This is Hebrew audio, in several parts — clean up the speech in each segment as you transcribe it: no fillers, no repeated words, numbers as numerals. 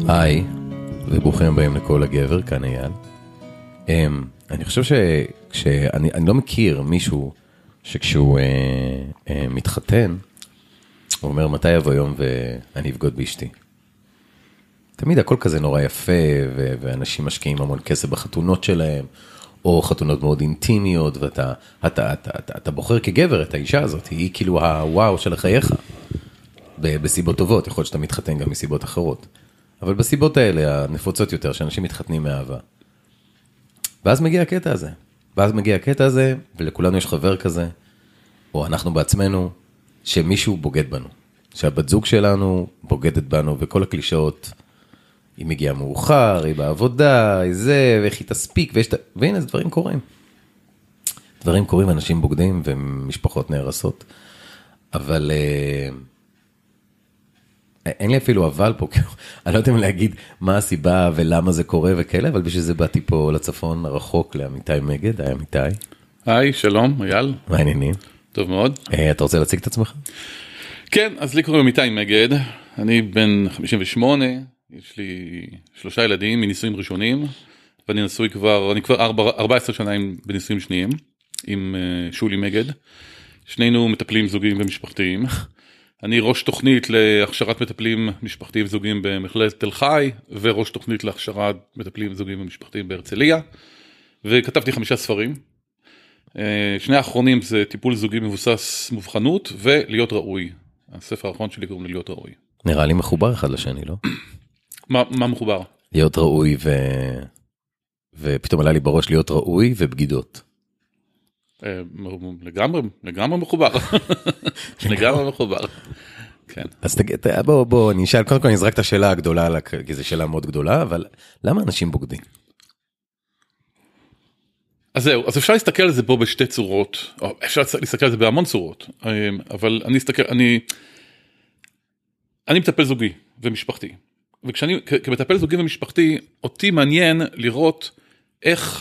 היי, וברוכים הבאים לכל הגבר, כאן אייל. אני חושב שאני לא מכיר מישהו שכשהוא מתחתן, הוא אומר מתי יבוא יום ואני אבגוד באשתי. תמיד הכל כזה נורא יפה, ואנשים משקיעים המון כסף בחתונות שלהם, או חתונות מאוד אינטימיות, ואתה בוחר כגבר את האישה הזאת, היא כאילו הוואו של חייך, בסיבות טובות, יכול להיות שאתה מתחתן גם מסיבות אחרות. אבל בסיבות האלה, הנפוצות יותר, שאנשים מתחתנים מאהבה. ואז מגיע הקטע הזה, ולכולנו יש חבר כזה, או אנחנו בעצמנו, שמישהו בוגד בנו. שהבת זוג שלנו בוגדת בנו, וכל הקלישאות, היא מגיעה מאוחר, היא בעבודה, היא זה, ואיך היא תספיק, והנה, דברים קורים. דברים קורים, אנשים בוגדים, ומשפחות נהרסות. אבל אין לי אפילו אבל פה, אני לא יודע אם להגיד מה הסיבה ולמה זה קורה וכאלה, אבל בשביל זה באתי פה לצפון הרחוק לאמיתי מגד, היי אמיתי. היי, שלום, אייל. מה העניינים? טוב מאוד. אתה רוצה להציג את עצמך? כן, אז לי קוראים אמיתי מגד, אני בן 58, יש לי 3 ילדים מנישואים ראשונים, ואני נשוי אני כבר 14 שנה בנישואים שניים, עם שולי מגד, שנינו מטפלים זוגיים ומשפחתיים, אני ראש תוכנית להכשרת מטפלים משפחתיים זוגיים במכללת תל חי, וראש תוכנית להכשרת מטפלים זוגיים ומשפחתיים בהרצליה, וכתבתי 5 ספרים. 2 האחרונים זה טיפול זוגי מבוסס מובחנות, ולהיות ראוי. הספר האחרון שלי קוראים להיות ראוי. נראה לי מחובר אחד לשני, לא? מה מחובר? להיות ראוי ופתאום עלה לי בראש להיות ראוי ובגידות. לגמרי מחובר. לגמרי מחובר. כן. אז בוא נשאל, קודם כל נזרק את השאלה הגדולה, כי זו שאלה מאוד גדולה, אבל למה אנשים בוגדים? אז זהו, אז אפשר להסתכל על זה פה בשתי צורות, או אפשר להסתכל על זה בהמון צורות, אבל אני מטפל זוגי ומשפחתי, וכשאני כמטפל זוגי ומשפחתי, אותי מעניין לראות איך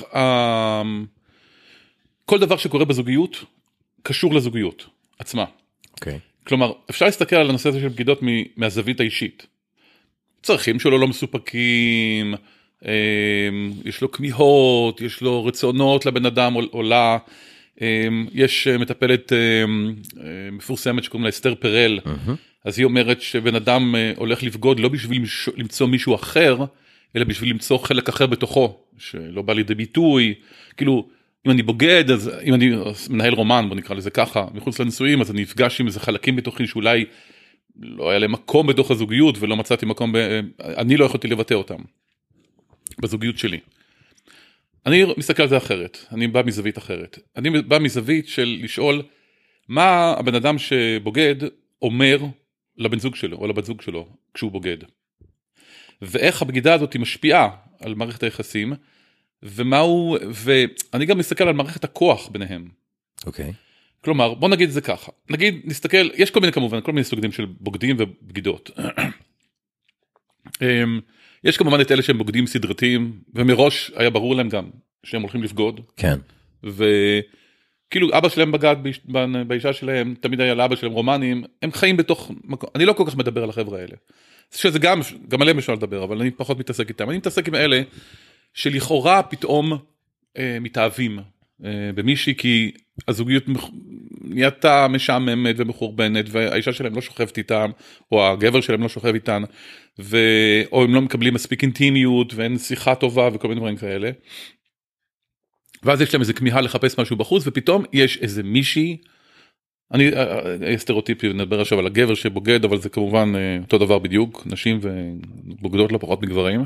כל דבר שקורה בזוגיות קשור לזוגיות עצמה. אוקיי. כלומר, אפשר להסתכל על הנושא הזה של בגידות מהזווית האישית. צרכים שלו לא מסופקים, יש לו כמיהות, יש לו רצונות לבן אדם או לה, יש מטפלת מפורסמת שקוראים לה אסתר פרל, אז היא אומרת שבן אדם הולך לבגוד לא בשביל למצוא מישהו אחר, אלא בשביל למצוא חלק אחר בתוכו, שלא בא לידי ביטוי, כאילו, אם אני בוגד, אז אם אני מנהל רומן, בוא נקרא לזה ככה, מחוץ לנישואים, אז אני אפגש עם איזה חלקים בתוכי שאולי לא היה להם מקום בתוך הזוגיות, ולא מצאתי מקום, אני לא יכולתי לבטא אותם, בזוגיות שלי. אני מסתכל על זה אחרת, אני בא מזווית אחרת. אני בא מזווית של לשאול, מה הבן אדם שבוגד אומר לבן זוג שלו, או לבת זוג שלו, כשהוא בוגד. ואיך הבגידה הזאת היא משפיעה על מערכת היחסים, ואני גם מסתכל על מערכת הכוח ביניהם. אוקיי. כלומר, בוא נגיד את זה ככה. נגיד, נסתכל, יש כל מיני כמובן, כל מיני סוגים של בוגדים ובגידות. יש כמובן את אלה שהם בוגדים סדרתיים, ומראש היה ברור להם גם שהם הולכים לפגוד. כן. וכאילו אבא שלהם בגד באישה שלהם, תמיד היה לאבא שלהם רומנים, הם חיים בתוך מקום, אני לא כל כך מדבר על החבר'ה האלה. שזה גם עליהם אפשר לדבר, אבל אני פחות מתעסק איתם. אני מתעסק עם אלה שלכאורה פתאום מתאהבים במישהי, כי הזוגיות נהייתה משעממת ומחורבנת, והאישה שלהם לא שוכבת איתם, או הגבר שלהם לא שוכב איתן, או הם לא מקבלים מספיק אינטימיות, ואין שיחה טובה, וכל מיני דברים כאלה. ואז יש להם איזו כמיהה לחפש משהו בחוץ, ופתאום יש איזה מישהי, אני סטריאוטיפי, נדבר עכשיו על הגבר שבוגד, אבל זה כמובן אותו דבר בדיוק, נשים ובוגדות לא פחות מגברים.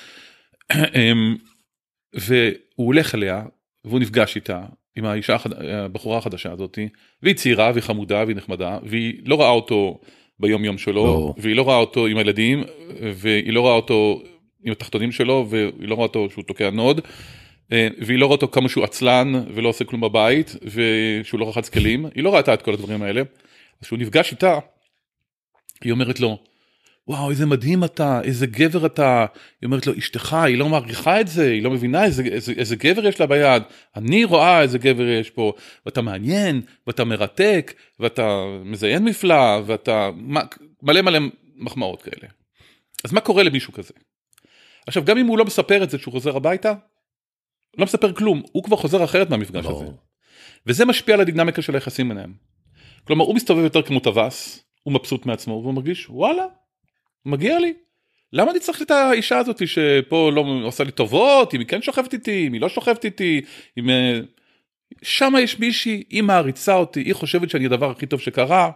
והוא הולך אליה, והוא נפגש איתה, עם האישה, הבחורה החדשה הזאת, והיא צעירה, והיא חמודה, והיא נחמדה, והיא לא ראה אותו ביום יום שלו, לא. והיא לא ראה אותו עם הילדים, והיא לא ראה אותו עם התחתונים שלו, והיא לא ראה אותו שהוא תוקע נוד, והיא לא ראה אותו כמה שהוא עצלן, ולא עושה כלום בבית, ושהוא לא רחץ כלים, היא לא ראתה את כל הדברים האלה, אז שהוא נפגש איתה, היא אומרת לו, וואו, איזה מדהים אתה, איזה גבר אתה, היא אומרת לו, אשתך, היא לא מעריכה את זה, היא לא מבינה איזה גבר יש לה ביד, אני רואה איזה גבר יש פה, ואתה מעניין, ואתה מרתק, ואתה מזיין מפלא, ואתה מלא מחמאות כאלה. אז מה קורה למישהו כזה? עכשיו, גם אם הוא לא מספר את זה שהוא חוזר הביתה, לא מספר כלום, הוא כבר חוזר אחרת מהמפגש הזה. וזה משפיע על הדינמיקה של היחסים ביניהם. כלומר, הוא מסתובב יותר כמו טווס, הוא מבסוט מעצמו, והוא מרגיש, וואלה, מגיע לי. למה אני צריך את האישה הזאת שפה לא עושה לי טובות, אם היא כן שוכבת איתי, אם היא לא שוכבת איתי, שם יש מישהי, היא מעריצה אותי, היא חושבת שאני הדבר הכי טוב שקרה.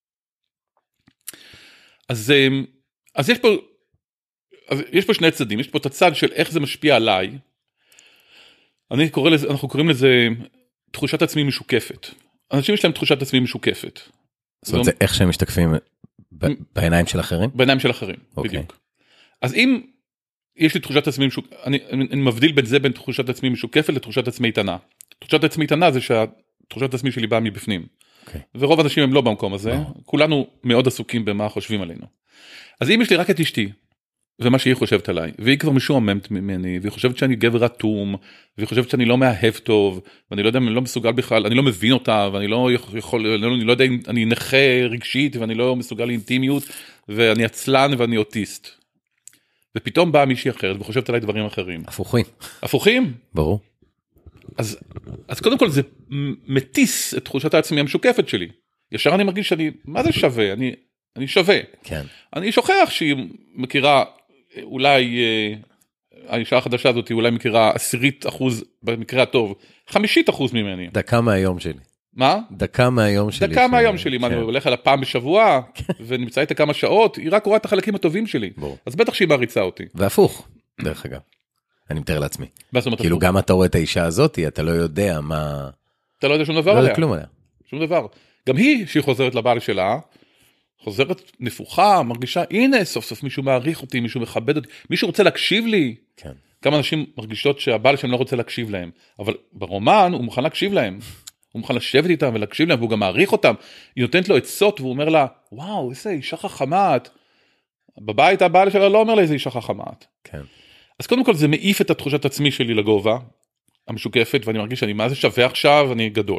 אז יש פה שני צדדים, יש פה את הצד של איך זה משפיע עליי, אנחנו קוראים לזה תחושת עצמי משוקפת. אנשים יש להם תחושת עצמי משוקפת. זאת אומרת, זה איך שהם משתקפים בעיניים של אחרים? בעיניים של אחרים, בדיוק. אז אם יש לי תחושת עצמי משוקפת, אני מבדיל בין זה בין תחושת עצמי משוקפת לתחושת עצמי איתנה. תחושת עצמי איתנה זה שהתחושת עצמי שלי באה מבפנים. ורוב האנשים הם לא במקום הזה, כולנו מאוד עסוקים במה חושבים עלינו. אז אם יש לי רק את אשתי, ומה שהיא חושבת עליי, והיא כבר משועממת ממני, והיא חושבת שאני גבר רתום, והיא חושבת שאני לא מאהב טוב, ואני לא יודע אם אני לא מסוגל בכלל, אני לא מבין אותה, ואני לא יכול, אני לא יודע אם אני נכה רגשית, ואני לא מסוגל לאינטימיות, ואני עצלן ואני אוטיסט. ופתאום באה מישהי אחרת, וחושבת עליי דברים אחרים. הפוכים. הפוכים? ברור. אז קודם כל זה מטיס את תחושת העצמי המשוקפת שלי. ישר אני מרגיש שאני, מה זה שווה? אני שווה. כן. אני שוכח שהיא מכירה, אולי האישה החדשה הזאת אולי מכירה 10% במקרה הטוב, 50% ממני. דקה מהיום שלי. מה? דקה מהיום שלי. דקה מהיום שלי, מה, אני הולך על הפעם בשבוע, ונמצא איתה כמה שעות, היא רק רואה את החלקים הטובים שלי. אז בטח שהיא מעריצה אותי. והפוך, דרך אגב. אני מתאר לעצמי. כאילו גם אתה רואה את האישה הזאת, אתה לא יודע מה... אתה לא יודע שום דבר עליה. לא יודע כלום עליה. שום דבר. גם היא, שהיא חוזרת לבעל שלה, חוזרת נפוחה, מרגישה, הנה, סוף סוף מישהו מעריך אותי, מישהו מכבד אותי, מישהו רוצה להקשיב לי. כן. כמה אנשים מרגישות שהבעל שלהם לא רוצה להקשיב להם, אבל ברומן הוא מוכן להקשיב להם. הוא מוכן לשבת איתם ולהקשיב להם, והוא גם מעריך אותם. היא נותנת לו עצות, והוא אומר לה, וואו, איזה אישה חכמה את. בבית הבעל שלה לא אומר לה איזה אישה חכמה את. כן. אז קודם כל זה מעיף את התחושת עצמי שלי לגובה, המשוקפת, ואני מרגיש שאני מה זה שווה עכשיו, אני גדול.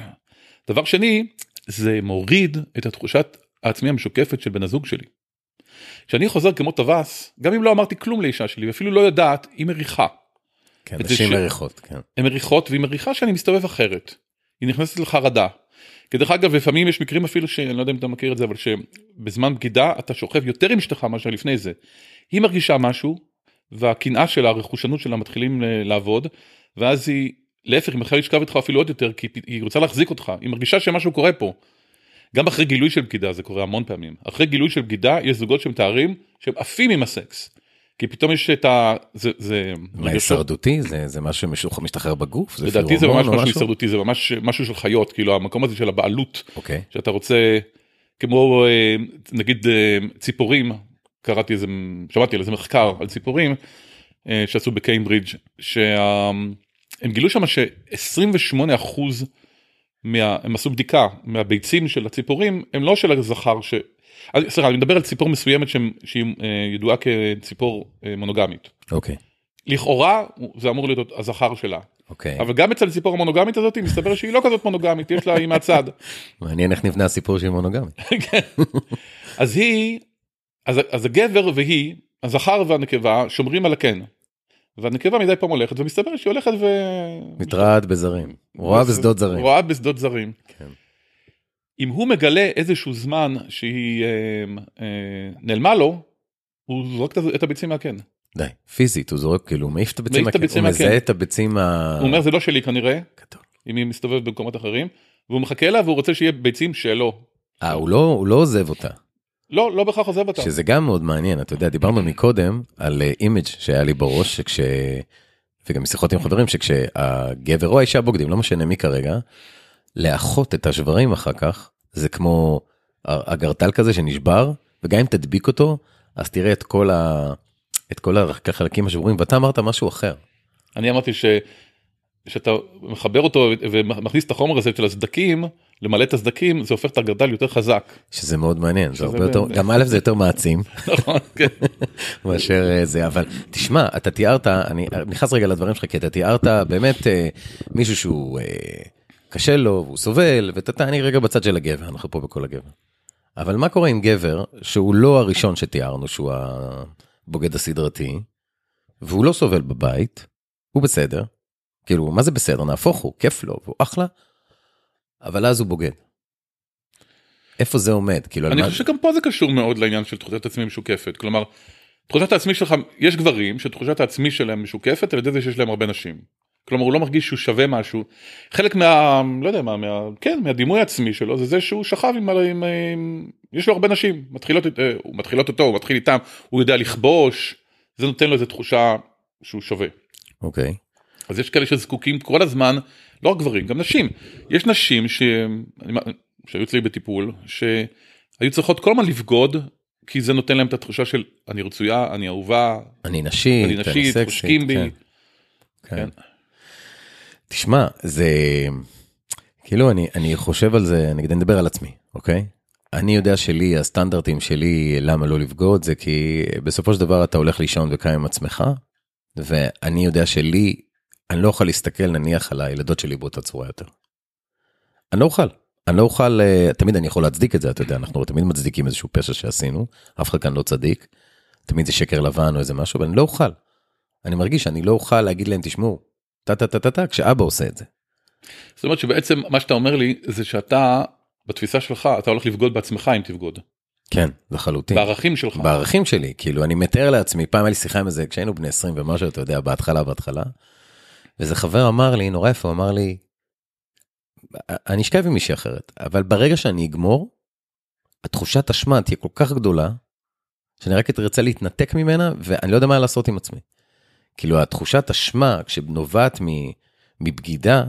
דבר שני, זה מוריד את התחושת העצמי המשוקפת של בן הזוג שלי. כשאני חוזר כמו טווס, גם אם לא אמרתי כלום לאישה שלי, ואפילו לא יודעת, היא מריחה. כן, נשים מריחות, כן. הן מריחות, והיא מריחה שאני מסתובב אחרת. היא נכנסת לחרדה. כדרך אגב, לפעמים יש מקרים אפילו שאני לא יודע אם אתה מכיר את זה, אבל שבזמן בגידה אתה שוכב יותר עם אשתך מאשר לפני זה. היא מרגישה משהו, והקנאה שלה, הרכושנות שלה מתחילים לעבוד, ואז היא, להפך, היא מתחילה לשכב איתך אפילו עוד יותר, כי היא רוצה להחזיק אותך. היא מרגישה שמשהו קורה פה. גם אחרי גילוי של בגידה, זה קורה המון פעמים. אחרי גילוי של בגידה, יש זוגות שמתארים שהם עפים עם הסקס. כי פתאום יש את ה... מה הישרדותי? זה משהו שמשתחרר בגוף? לדעתי זה ממש משהו הישרדותי, זה ממש משהו של חיות, כאילו המקום הזה של הבעלות, שאתה רוצה, כמו נגיד ציפורים, קראתי איזה, שמעתי על איזה מחקר על ציפורים, שעשו בקיימברידג', שהם גילו שם ש28% הם עשו בדיקה מהביצים של הציפורים, הם לא של הזכר סליחה, אני מדבר על ציפור מסוימת שהיא ידועה כציפור מונוגמית. אוקיי. לכאורה זה אמור להיות הזכר שלה. אוקיי. אבל גם אצל הציפור המונוגמית הזאת, מסתבר שהיא לא כזאת מונוגמית, יש לה היא מהצד. מעניין איך נבנה הסיפור שהיא מונוגמית. אז הגבר והיא, הזכר והנקבה, שומרים על הקן. והנקבה מדי פעם הולכת, ומסתבר שהיא הולכת מתרעת בזרים. רואה בשדות זרים. רואה בשדות זרים. כן. אם הוא מגלה איזשהו זמן שהיא נעלמה לו, הוא זורק את הביצים מהקן. די, פיזית, הוא זורק, כאילו, הוא מעיף את הביצים מהקן. הוא מזהה את הביצים הוא אומר, זה לא שלי כנראה, אם היא מסתובבת במקומות אחרים, והוא מחכה לה, והוא רוצה שיהיה ביצים שלו. הוא לא עוזב אותה. לא בכך עוזב אותה. שזה גם מאוד מעניין, אתה יודע, דיברנו מקודם על אימג' שהיה לי בראש, וגם משיחות עם חברים, שכשהגבר או האישה בוגדים, לא משנה מי כרגע, לאחות את השברים אחר כך, זה כמו הגרטל כזה שנשבר, וגם אם תדביק אותו, אז תראה את כל החלקים השבורים, ואתה אמרת משהו אחר. אני אמרתי שאתה מחבר אותו ומכניס את החומר הזה של הסדקים, למלא את הסדקים, זה הופך את הגרטל יותר חזק. שזה מאוד מעניין, גם א' זה יותר מעצים. נכון, כן. מאשר זה, אבל תשמע, אתה תיארת, אני נכנס רגע לדברים שלך, כי אתה תיארת באמת מישהו שהוא... קשה לו, והוא סובל, אני רגע בצד של הגבר, אנחנו פה בכל הגבר. אבל מה קורה עם גבר, שהוא לא הראשון שתיארנו, שהוא הבוגד הסדרתי, והוא לא סובל בבית, הוא בסדר, כאילו, מה זה בסדר? נהפוך הוא, כיף לו, והוא אחלה, אבל אז הוא בוגד. איפה זה עומד? כאילו, אני חושב שגם פה זה קשור מאוד לעניין של תחושת עצמי משוקפת, כלומר, תחושת העצמי שלך, יש גברים שתחושת העצמי שלהם משוקפת, על ידי זה שיש להם הרבה נשים. כלומר, הוא לא מרגיש שהוא שווה משהו. חלק לא יודע מה, מהדימוי העצמי שלו, זה שהוא שכב יש לו הרבה נשים, מתחילות אותו, הוא מתחיל איתם, הוא יודע לכבוש, זה נותן לו איזו תחושה שהוא שווה. אוקיי. אז יש כאלה שזקוקים כל הזמן, לא רק גברים, גם נשים. יש נשים שהיו אצלי בטיפול, שהיו צריכות כל הזמן לבגוד, כי זה נותן להם את התחושה של אני רצויה, אני אהובה, אני נשית, חושקים בי. כן. תשמע, זה, כאילו אני חושב על זה, אני נדבר על עצמי, אוקיי? אני יודע שלי, הסטנדרטים שלי, למה לא לבגוד, זה כי בסופו של דבר אתה הולך לישון וקיים עם עצמך, ואני יודע שלי, אני לא אוכל להסתכל נניח על הילדות שלי באותה צורה יותר. אני לא אוכל, תמיד אני יכול להצדיק את זה, אתה יודע, אנחנו תמיד מצדיקים איזשהו פשע שעשינו, אף אחד כאן לא צדיק, תמיד זה שקר לבן או איזה משהו, אבל אני לא אוכל. אני מרגיש שאני לא אוכל להגיד להם, תשמעו, כשאבא עושה את זה. זאת אומרת שבעצם מה שאתה אומר לי, זה שאתה, בתפיסה שלך, אתה הולך לבגוד בעצמך אם תבגוד. כן, לחלוטין. בערכים שלך. בערכים שלי, כאילו אני מתאר לעצמי, פעם היה לי שיחה עם איזה, כשהיינו בני 20 ומשהו, אתה יודע, בהתחלה, וזה חבר אמר לי, נורא איפה, אמר לי, אני אשכב עם מישהי אחרת, אבל ברגע שאני אגמור, התחושת אשמה תהיה כל כך גדולה, שאני רק אתרצה להתנתק ממנה, ואני לא יודע מה לעשות עם עצמי. כאילו, התחושת אשמה, כשנובעת מבגידה,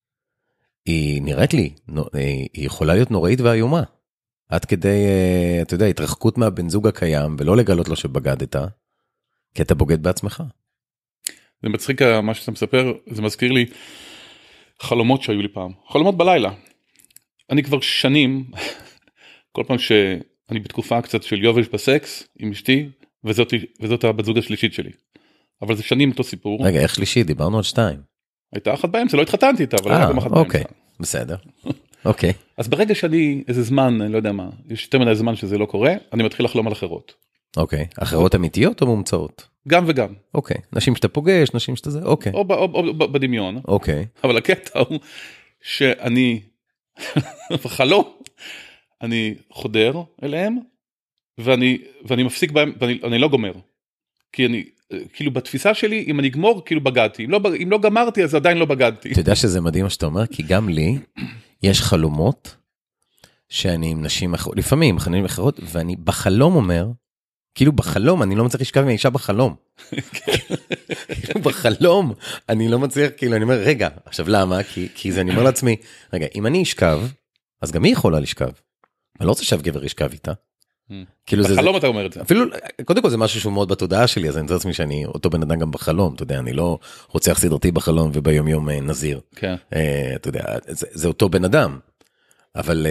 היא נראית לי, היא יכולה להיות נוראית והיומה. עד כדי, אתה יודע, התרחקות מהבן זוג הקיים, ולא לגלות לו שבגדת, כי אתה בוגד בעצמך. זה מצחיק מה שאתה מספר, זה מזכיר לי חלומות שהיו לי פעם. חלומות בלילה. אני כבר שנים, כל פעם שאני בתקופה קצת של יובש בסקס עם אשתי, וזאת הבת זוג השלישית שלי. אבל זה שנים אותו סיפור. רגע, איך שלישית? דיברנו על 2. הייתה אחת באמצע, לא התחתנתי איתה, אבל הייתה גם אחת באמצע. אוקיי, בסדר. אוקיי. אז ברגע שאני איזה זמן, אני לא יודע מה, יש יותר מדי זמן שזה לא קורה, אני מתחיל לחלום על אחרות. אוקיי, אחרות אמיתיות או מומצאות? גם וגם. אוקיי, נשים שאתה פוגש, נשים שאתה זה, אוקיי. או בדמיון. אוקיי. אבל הקטע הוא שאני, בחלום, אני חודר אליהם, ואני מפסיק בהם, ואני לא גומר. כי אני, כאילו בתפיסה שלי, אם אני אגמור, כאילו בגדתי. אם לא גמרתי, אז עדיין לא בגדתי. אתה יודע שזה מדהים מה שאתה אומר, כי גם לי, יש חלומות, שאני עם נשים אחרות, לפעמים חלומות אחרות, ואני בחלום אומר, כאילו בחלום, אני לא מצליח לשכב עם האישה בחלום. כאילו בחלום, אני לא מצליח, כאילו אני אומר, רגע, עכשיו למה? כי זה אני אומר לעצמי, רגע, אם אני אשכב, אז גם היא יכולה לשכב. אני לא רוצה שהגבר ישכב איתה. בחלום אתה אומר את זה. אפילו, קודם כל זה משהו שהוא מאוד בתודעה שלי, אז אני רוצה לעצמי שאני אותו בן אדם גם בחלום, אתה יודע, אני לא רוצח סדרתי בחלום וביום יום נזיר. אתה יודע, זה אותו בן אדם. אבל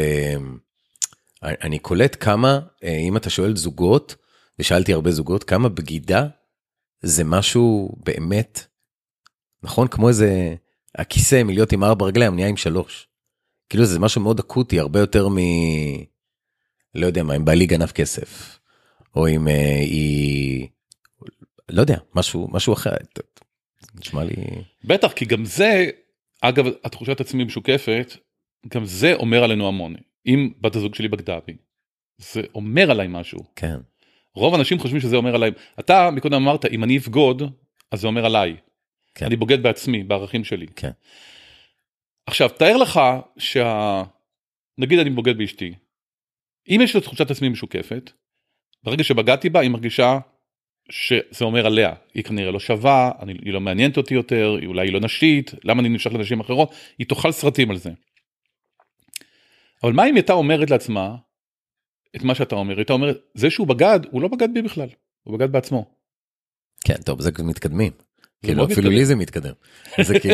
אני קולט כמה, אם אתה שואל זוגות, ושאלתי הרבה זוגות, כמה בגידה זה משהו באמת, נכון? כמו איזה, הכיסא מלהיות עם 4 רגליים, נהיה עם 3. כאילו זה משהו מאוד אקוטי, הרבה יותר לא יודע מה, אם בעלי גנב כסף, או אם היא, לא יודע, משהו אחר, נשמע לי... בטח, כי גם זה, אגב, התחושת עצמי משוקפת, גם זה אומר עלינו המון. אם בת הזוג שלי בגדה בי, זה אומר עליי משהו. כן. רוב האנשים חושבים שזה אומר עליי. אתה מקודם אמרת, אם אני אבגוד, אז זה אומר עליי. כן. אני בוגד בעצמי, בערכים שלי. כן. עכשיו, תאר לך נגיד אני בוגד באשתי, אם יש לה תחושת עצמי משוקפת, ברגע שבגדתי בה, היא מרגישה שזה אומר עליה. היא כנראה לא שווה, היא לא מעניינת אותי יותר, אולי היא לא נשית, למה אני נמשך לנשים אחרות? היא תאכל סרטים על זה. אבל מה אם הייתה אומרת לעצמה, את מה שאתה אומר, הייתה אומרת, זה שהוא בגד, הוא לא בגד בי בכלל, הוא בגד בעצמו. כן, טוב, זה מתקדמים. כאילו, אפילו לי זה מתקדם. זה כאילו,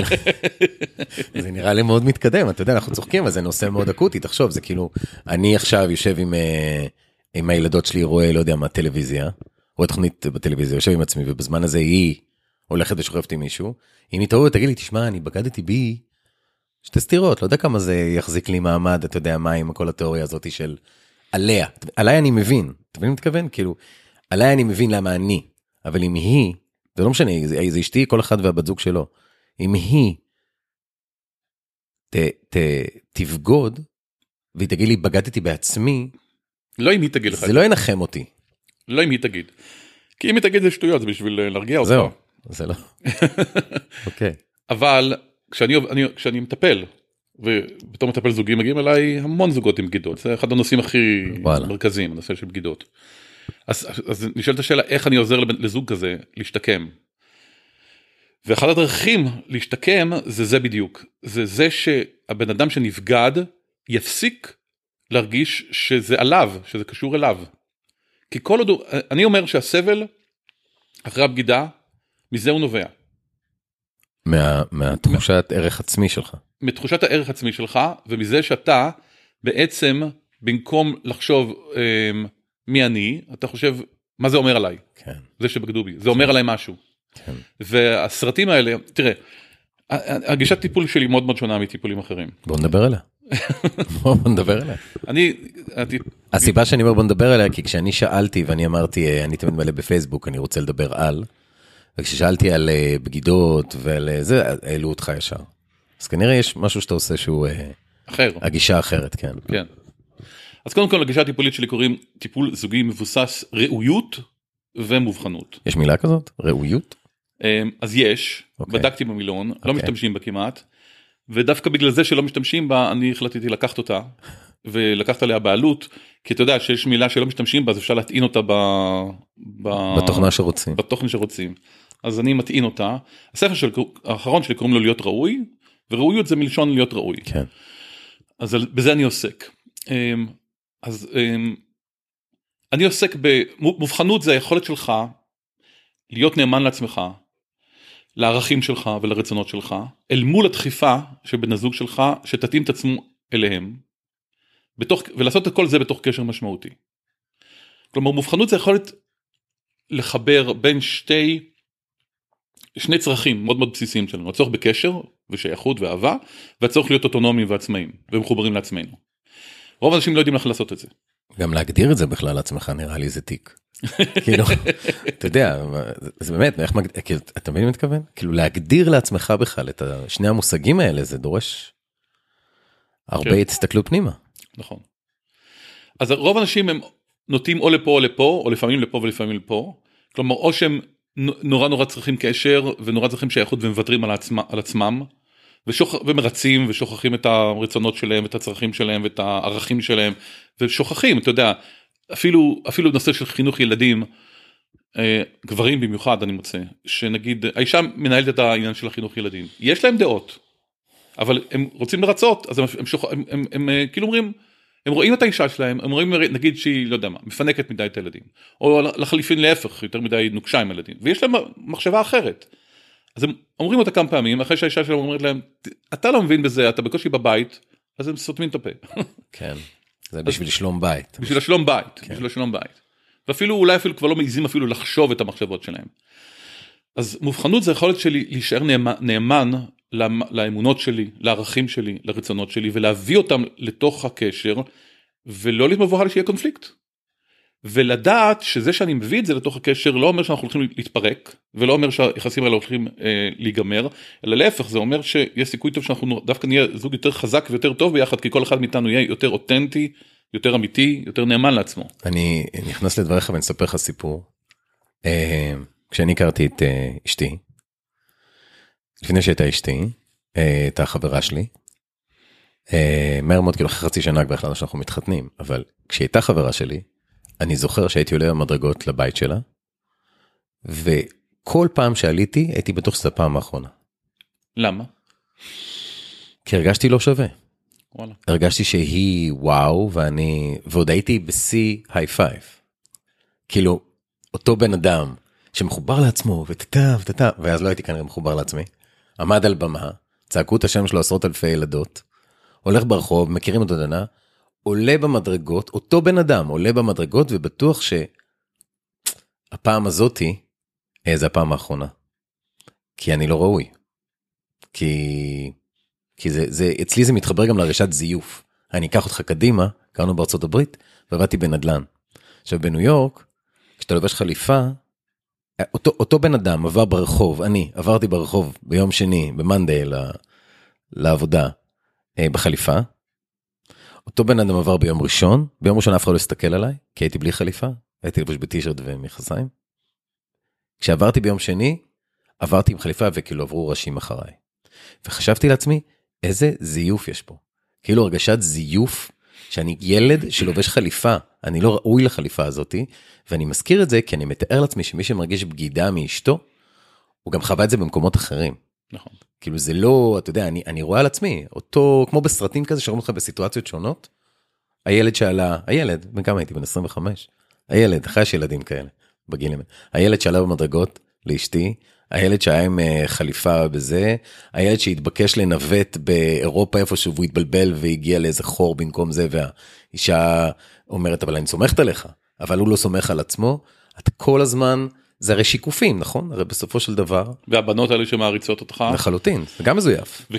זה נראה לי מאוד מתקדם, אתה יודע, אנחנו צוחקים, אבל זה נושא מאוד אקוטי, תחשוב, זה כאילו, אני עכשיו יושב עם הילדות שלי, רואה, לא יודע מה, טלוויזיה, רואה תוכנית בטלוויזיה, יושב עם עצמי, ובזמן הזה היא הולכת ושוכבת עם מישהו, אם היא תראו, תגיד לי, תשמע, אני בגדתי בי, שתי סתירות, לא יודע כמה זה יחזיק לי מעמד, אתה יודע מה, עם כל התיאוריה הזאת של עליה, עליי אני מבין, אתה מבין מה מתכוון? כאילו, עליי אני מבין למה אני, אבל אם היא, זה לא משנה, זה אשתי, כל אחד והבת זוג שלו, אם היא תבגוד, והיא תגיד לי, בגדתי בעצמי, לא אם היא תגיד לך. זה לא ינחם אותי. לא אם היא תגיד. כי אם היא תגיד זה שטויות, זה בשביל להרגיע אותך. זהו, זה לא. אוקיי. אבל כשאני מטפל, ובתור מטפל זוגי מגיעים אליי המון זוגות עם בגידות, זה אחד הנושאים הכי מרכזיים, הנושא של בגידות. אז נשאלת השאלה, איך אני עוזר לזוג כזה להשתקם? ואחד הדרכים להשתקם זה בדיוק, זה שהבן אדם שנבגד יפסיק להרגיש שזה עליו, שזה קשור אליו. כי כל עוד, אני אומר שהסבל אחרי הבגידה, מזה הוא נובע. מהתחושת ערך עצמי שלך. מתחושת הערך עצמי שלך, ומזה שאתה בעצם, במקום לחשוב מי אני, אתה חושב, מה זה אומר עליי? כן. זה שבגדו בי, זה אומר עליי משהו. כן. והסרטים האלה, תראה, הגישת טיפול שלי מאוד מאוד שונה מטיפולים אחרים. בוא נדבר עליה. בוא נדבר עליה. הסיבה שאני אומר בוא נדבר עליה, כי כשאני שאלתי ואני אמרתי, אני תמיד מלא בפייסבוק, אני רוצה לדבר על, וכששאלתי על בגידות ועל זה, העלו אותך ישר. אז כנראה יש משהו שאתה עושה שהוא אחר. הגישה אחרת, כן. כן. אז קודם כל, הגישה הטיפולית שלי קוראים טיפול זוגי מבוסס ראויות ומובחנות. יש מילה כזאת? ראויות? אז יש, בדקתי במילון, לא משתמשים בה כמעט, ודווקא בגלל זה שלא משתמשים בה, אני החלטתי לקחת אותה, ולקחת עליה בעלות, כי אתה יודע שיש מילה שלא משתמשים בה, אז אפשר להטעין אותה בתוכנה שרוצים. בתוכן שרוצים. אז אני מטעין אותה. הספר האחרון שלי קוראים לו להיות ראוי, וראויות זה מלשון להיות ראוי. כן. אז בזה אני עוסק. אז אני עוסק במובחנות, זה היכולת שלך להיות נאמן לעצמך, לערכים שלך ולרצונות שלך, אל מול הדחיפה של בן הזוג שלך, שתתאים את עצמו אליהם, ולעשות את כל זה בתוך קשר משמעותי. כלומר, מובחנות זה יכולת לחבר בין שני צרכים מאוד מאוד בסיסיים שלנו, הצורך בקשר ושייכות ואהבה, והצורך להיות אוטונומיים ועצמאים, ומחוברים לעצמנו. רוב האנשים לא יודעים איך לעשות את זה. גם להגדיר את זה בכלל לעצמך נראה לי זה תיק. כאילו, אתה יודע, זה באמת, אתה מבין מה מתכוון? כאילו להגדיר לעצמך בכלל את שני המושגים האלה, זה דורש הרבה הסתכלות פנימה. נכון. אז רוב האנשים הם נוטים או לפה או לפה, או לפעמים לפה ולפעמים לפה, כלומר, או שהם נורא צריכים קשר, ונורא צריכים שייכות ומוותרים על עצמם, ומרצים ושוכחים את הרצונות שלהם, ואת הצרכים שלהם, ואת הערכים שלהם, ושוכחים, אתה יודע, אפילו נושא של חינוך ילדים, גברים במיוחד אני מוצא, שנגיד, האישה מנהלת את העניין של החינוך ילדים, יש להם דעות, אבל הם רוצים לרצות, אז הם כאילו אומרים, הם רואים את האישה שלהם, הם רואים נגיד שהיא, לא יודע מה, מפנקת מדי את הילדים, או לחליפין להפך, יותר מדי נוקשה עם הילדים, ויש להם מחשבה אחרת, אז הם אומרים אותה כמה פעמים, אחרי שהאישה שלהם אומרת להם, אתה לא מבין בזה, אתה בקושי בבית, אז הם סותמים את הפה. כן, זה בשביל שלום בית. בשביל השלום בית, בשביל השלום בית. ואפילו, אולי אפילו כבר לא מעיזים אפילו לחשוב את המחשבות שלהם. אז מובחנות זה יכולת שלי להישאר נאמן לאמונות שלי, לערכים שלי, לרצונות שלי, ולהביא אותם לתוך הקשר, ולא להתמבוהל שיהיה קונפליקט. ולדעת שזה שאני מביא את זה לתוך הקשר, לא אומר שאנחנו הולכים להתפרק, ולא אומר שהיחסים האלה הולכים להיגמר, אלא להפך, זה אומר שיש סיכוי טוב שאנחנו דווקא נהיה זוג יותר חזק ויותר טוב ביחד, כי כל אחד מאיתנו יהיה יותר אותנטי, יותר אמיתי, יותר נאמן לעצמו. אני נכנס לדבריך ואני אספר לך סיפור. כשאני הכרתי את אשתי, לפני שהייתה אשתי, הייתה חברה שלי, מהר מאוד, כאילו חצי שנה כבר החלטנו שאנחנו מתחתנים, אבל כשהייתה חברה שלי, אני זוכר שהייתי עולה במדרגות לבית שלה, וכל פעם שעליתי, הייתי בטוח שזו הפעם האחרונה. למה? כי הרגשתי לא שווה. וואלה. הרגשתי שהיא וואו, ועוד הייתי בשיא היי פייב. כאילו, אותו בן אדם שמחובר לעצמו, ואז לא הייתי כנראה מחובר לעצמי, עמד על במה, צעקו את השם שלו 10,000 ילדות, הולך ברחוב, מכירים אותו דנה, עולה במדרגות, אותו בן אדם עולה במדרגות, ובטוח שהפעם הזאתי, זה הפעם האחרונה. כי אני לא ראוי. כי אצלי זה מתחבר גם לרשת זיוף. אני אקח אותך קדימה, קראנו בארצות הברית, ועבדתי בנדל"ן. עכשיו, בניו יורק, כשאתה לובש חליפה, אותו בן אדם עבר ברחוב, אני עברתי ברחוב ביום שני, במנדי, לעבודה, בחליפה. אותו בן אדם עבר ביום ראשון אף אחד לא הסתכל עליי, כי הייתי בלי חליפה, הייתי לבוש בטישרט ומכנסיים. כשעברתי ביום שני, עברתי עם חליפה וכאילו עברו ראשים אחריי. וחשבתי לעצמי, איזה זיוף יש פה. כאילו הרגשת זיוף, שאני ילד שלובש חליפה, אני לא ראוי לחליפה הזאת, ואני מזכיר את זה כי אני מתאר לעצמי שמי שמרגיש בגידה מאשתו, הוא גם חווה את זה במקומות אחרים. נכון. כאילו זה לא, אתה יודע, אני רואה על עצמי, אותו, כמו בסרטים כזה שרואים אותך בסיטואציות שונות, הילד, בכמה הייתי, בן 25, הילד, אחרי יש ילדים כאלה, בגילים, הילד שעלה במדרגות לאשתי, הילד שהיה עם חליפה בזה, הילד שהתבקש לנווט באירופה איפשהו, והוא התבלבל והגיע לאיזה חור במקום זה, והאישה אומרת, אבל אני סומכת עליך, אבל הוא לא סומך על עצמו, אתה כל הזמן, זה הרי שיקופים, נכון? הרי בסופו של דבר. והבנות האלה שמעריצות אותך. לחלוטין, זה גם מזויף.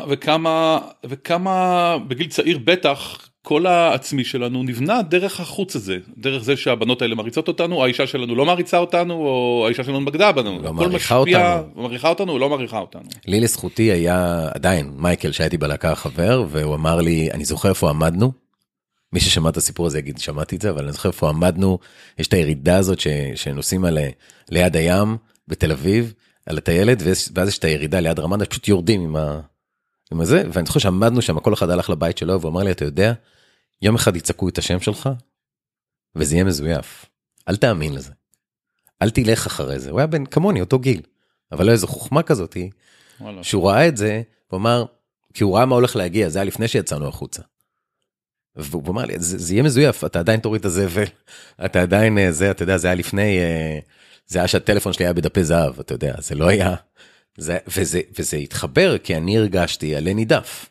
וכמה בגיל צעיר בטח, כל העצמי שלנו נבנה דרך החוץ הזה, דרך זה שהבנות האלה מעריצות אותנו, או האישה שלנו לא מעריצה אותנו, או האישה שלנו בגדה בנו. לא מעריכה אותנו. מעריכה אותנו או לא מעריכה אותנו. לי לזכותי היה עדיין מייקל שהייתי בלהקה החבר, והוא אמר לי, אני זוכר איפה עמדנו, מי ששמע את הסיפור הזה יגיד, שמעתי את זה, אבל אני זוכר איפה עמדנו, יש את הירידה הזאת שנוסעים ליד הים בתל אביב, על הטיילת, ואז יש את הירידה ליד רמאללה, פשוט יורדים עם זה, ואני זוכר שעמדנו שם, כל אחד הלך לבית שלו, והוא אמר לי, אתה יודע, יום אחד יצעקו את השם שלך, וזה יהיה מזויף. אל תאמין לזה. אל תלך אחרי זה. הוא היה בן כמוני, אותו גיל. אבל לא איזו חוכמה כזאת, שהוא ראה את זה, הוא אמר, כי הוא ראה מה הולך להגיע, זה היה לפני שיצאנו החוצה. והוא אמר לי, זה יהיה מזויף, אתה עדיין תוריד את הזבל, אתה עדיין, אתה יודע, זה היה לפני, זה היה שהטלפון שלי היה בדפי זהב, אתה יודע, זה לא היה, וזה התחבר, כי אני הרגשתי עלי נידף,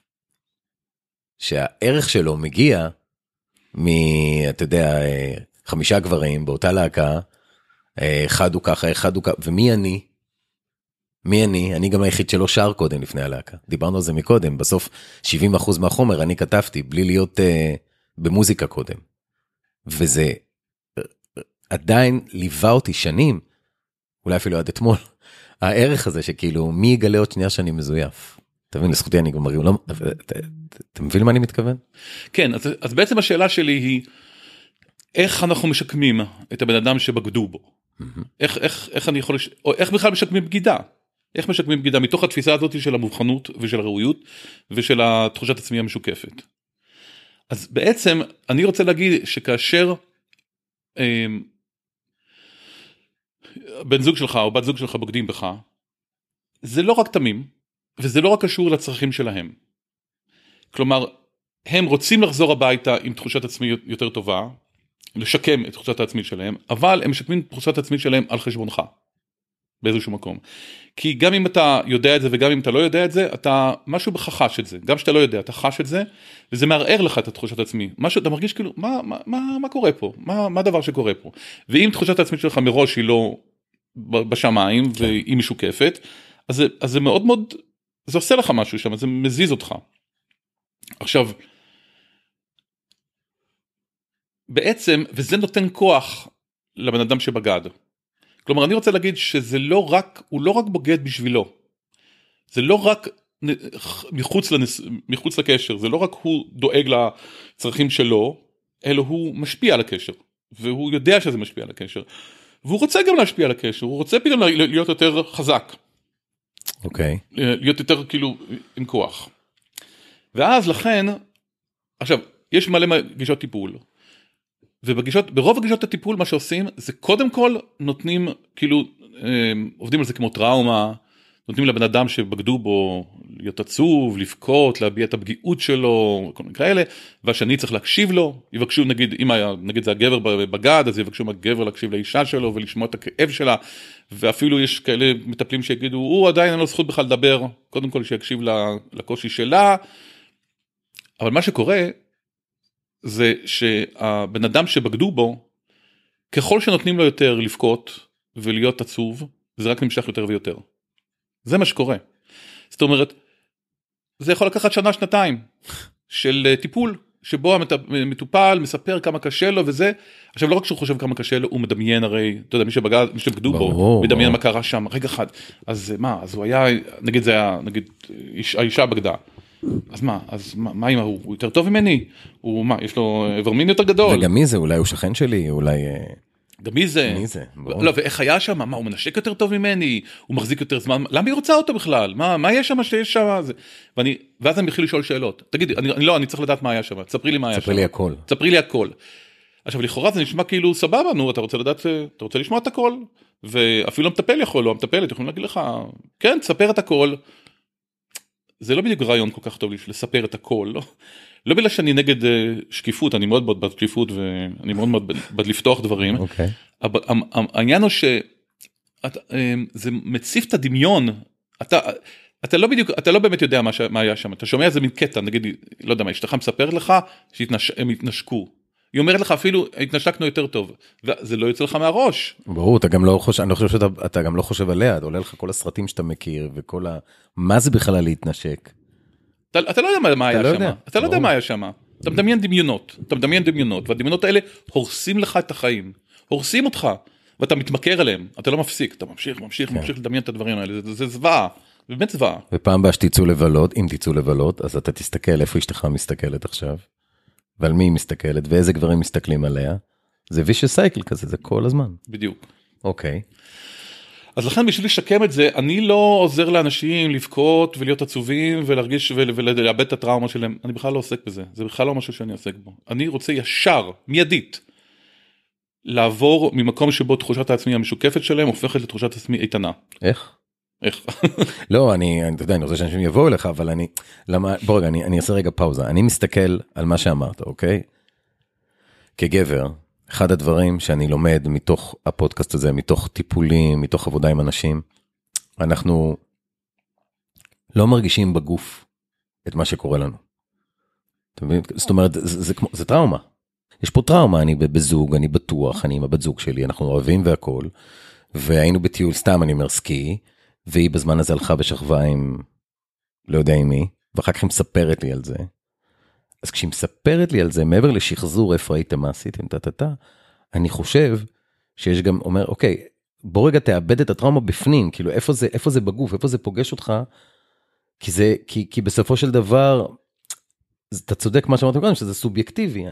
שהערך שלו מגיע, אתה יודע, 5 גברים באותה להקה, אחד הוא ככה, אחד הוא ככה, ומי אני? מי אני? אני גם היחיד שלא שר קודם לפני הלהקה. דיברנו על זה מקודם, בסוף 70% מהחומר אני כתבתי, בלי להיות במוזיקה קודם. וזה עדיין ליווה אותי שנים, אולי אפילו עד אתמול, הערך הזה שכאילו, מי יגלה עוד שנייה שאני מזויף? אתה מבין, לזכותי אני גם מראים, אתה מבין למה אני מתכוון? כן, אז בעצם השאלה שלי היא, איך אנחנו משקמים את הבן אדם שבגדו בו? איך אני יכול, או איך בכלל משקמים בגידה? איך משקמים בגידה? מתוך התפיסה הזאת של המובחנות ושל הראויות, ושל התחושת עצמי המשוקפת. אז בעצם, אני רוצה להגיד שכאשר בן זוג שלך או בת זוג שלך בוגדים בך, זה לא רק תמים, וזה לא רק קשור לצרכים שלהם. כלומר, הם רוצים לחזור הביתה עם תחושת עצמי יותר טובה, לשקם את תחושת העצמית שלהם, אבל הם משקמים את תחושת העצמית שלהם על חשבונך, באיזשהו מקום. כי גם אם אתה יודע את זה, וגם אם אתה לא יודע את זה, אתה, משהו בך חש את זה. גם שאתה לא יודע, אתה חש את זה, וזה מערער לך את התחושת עצמי. משהו, אתה מרגיש כאילו, מה קורה פה? מה הדבר שקורה פה? ואם תחושת העצמית שלך מראש היא לא בשמיים, והיא משוקפת, אז זה מאוד מאוד, זה עושה לך משהו שם, זה מזיז אותך. עכשיו, בעצם, וזה נותן כוח לבן אדם שבגד. כלומר, אני רוצה להגיד שזה לא רק, הוא לא רק בוגד בשבילו. זה לא רק מחוץ לקשר, זה לא רק הוא דואג לצרכים שלו, אלא הוא משפיע על הקשר. והוא יודע שזה משפיע על הקשר. והוא רוצה גם להשפיע על הקשר, הוא רוצה פתאום להיות יותר חזק. אוקיי. להיות יותר כאילו עם כוח. ואז לכן, עכשיו, יש מלא גישות טיפול. ברוב הגישות הטיפול מה שעושים זה קודם כל נותנים כאילו עובדים על זה כמו טראומה, נותנים לבן אדם שבגדו בו להיות עצוב, לבכות, להביע את הפגיעות שלו, כל מיני כאלה, והשני צריך להקשיב לו, יבקשו נגיד, נגיד זה הגבר בגד, אז יבקשו מהגבר להקשיב לאישה שלו ולשמוע את הכאב שלה, ואפילו יש כאלה מטפלים שיגידו, הוא עדיין אין לו זכות בכלל לדבר, קודם כל שיקשיב לקושי שלה, אבל מה שקורה זה שהבן אדם שבגדו בו, ככל שנותנים לו יותר לבכות ולהיות עצוב, זה רק נמשך יותר ויותר. זה מה שקורה. זאת אומרת, זה יכול לקחת שנה, שנתיים של טיפול, שבו המטופל מספר כמה קשה לו וזה, עכשיו לא רק שהוא חושב כמה קשה לו, הוא מדמיין הרי, אתה יודע, מי שבגדו בו, מדמיין מה קרה שם, רגע אחד, אז מה, אז הוא היה, נגיד זה היה, נגיד, האישה בגדה, אז מה אם הוא יותר טוב ממני? הוא מה, יש לו איבר מין יותר גדול? וגם מי זה? אולי הוא שכן שלי, אולי... גם מי זה? לא, ואיך היה שם? מה, הוא מנשק יותר טוב ממני? הוא מחזיק יותר זמן? למה היא רוצה אותו בכלל? מה יש שם שיש שם? ואז אני מתחיל לשאול שאלות. תגיד, אני צריך לדעת מה היה שם. תספרי לי מה היה שם. תספרי לי הכל. תספרי לי הכל. עכשיו, לכאורה זה נשמע כאילו סבבה, נו, אתה רוצה לדעת, אתה רוצה לשמוע את הכל? ואפילו המטפל יכול, או המטפלת יכולים להגיד לך, כן, תספר את הכל. זה לא בדיוק רעיון כל כך טוב לי, לספר את הכל, לא? לא בגלל שאני נגד שקיפות, אני מאוד בעד שקיפות, ואני מאוד בעד לפתוח דברים. אוקיי. אבל העניין הוא שזה מציף את הדמיון, אתה לא באמת יודע מה היה שם, אתה שומע איזה מין קטע, נגיד, לא יודע מה, אשתך מספרת לך שהם התנשקו. היא אומרת לך אפילו, התנשקנו יותר טוב, וזה לא יוצא לך מהראש. ברור, אני חושב שאתה גם לא חושב עליה, אתה עולה לך כל הסרטים שאתה מכיר, וכל מה זה בכלל להתנשק? אתה לא יודע מה היה שם, אתה לא יודע מה היה שם, אתה מדמיין דמיונות, והדמיונות האלה הורסים לך את החיים, הורסים אותך, ואתה מתמכר אליהם, אתה לא מפסיק, אתה ממשיך לדמיין את הדברים האלה, זה זוועה, באמת זוועה. ופעם הבאה שתצאו לבלות, אם תצאו לבלות, אז אתה תסתכל איפה אשתך מסתכלת עכשיו, ועל מי היא מסתכלת, ואיזה גברים מסתכלים עליה, זה vicious cycle כזה, זה כל הזמן. בדיוק. אוקיי. אז לכן בשביל לשקם את זה, אני לא עוזר לאנשים לבכות ולהיות עצובים ולהרגיש ולאבד את הטראומה שלהם, אני בכלל לא עוסק בזה, זה בכלל לא משהו שאני עוסק בו. אני רוצה ישר, מיידית, לעבור ממקום שבו תחושת העצמי המשוקפת שלהם הופכת לתחושת עצמי איתנה. איך? איך? לא, אני רוצה שאנשים יבואו אליך, אבל בוא רגע, אני אעשה רגע פאוזה, אני מסתכל על מה שאמרת, אוקיי? כגבר, אחד הדברים שאני לומד מתוך הפודקאסט הזה, מתוך טיפולים, מתוך עבודה עם אנשים, אנחנו לא מרגישים בגוף את מה שקורה לנו. אתה מבין? זאת אומרת, זה טראומה. יש פה טראומה, אני בזוג, אני בטוח, אני עם הבת זוג שלי, אנחנו אוהבים והכל, והיינו בטיול, סתם אני אומר סקי, והיא בזמן הזה הלכה ושכבה עם, לא יודע עם מי, ואחר כך היא מספרת לי על זה. אז כשהיא מספרת לי על זה, מעבר לשחזור איפה הייתם, מה עשיתם, אני חושב שיש גם, אומר, אוקיי, בוא רגע תאבד את הטראומה בפנים, כאילו איפה זה בגוף, איפה זה פוגש אותך, כי בסופו של דבר, אתה צודק מה שאמרתם קודם, שזה סובייקטיבי,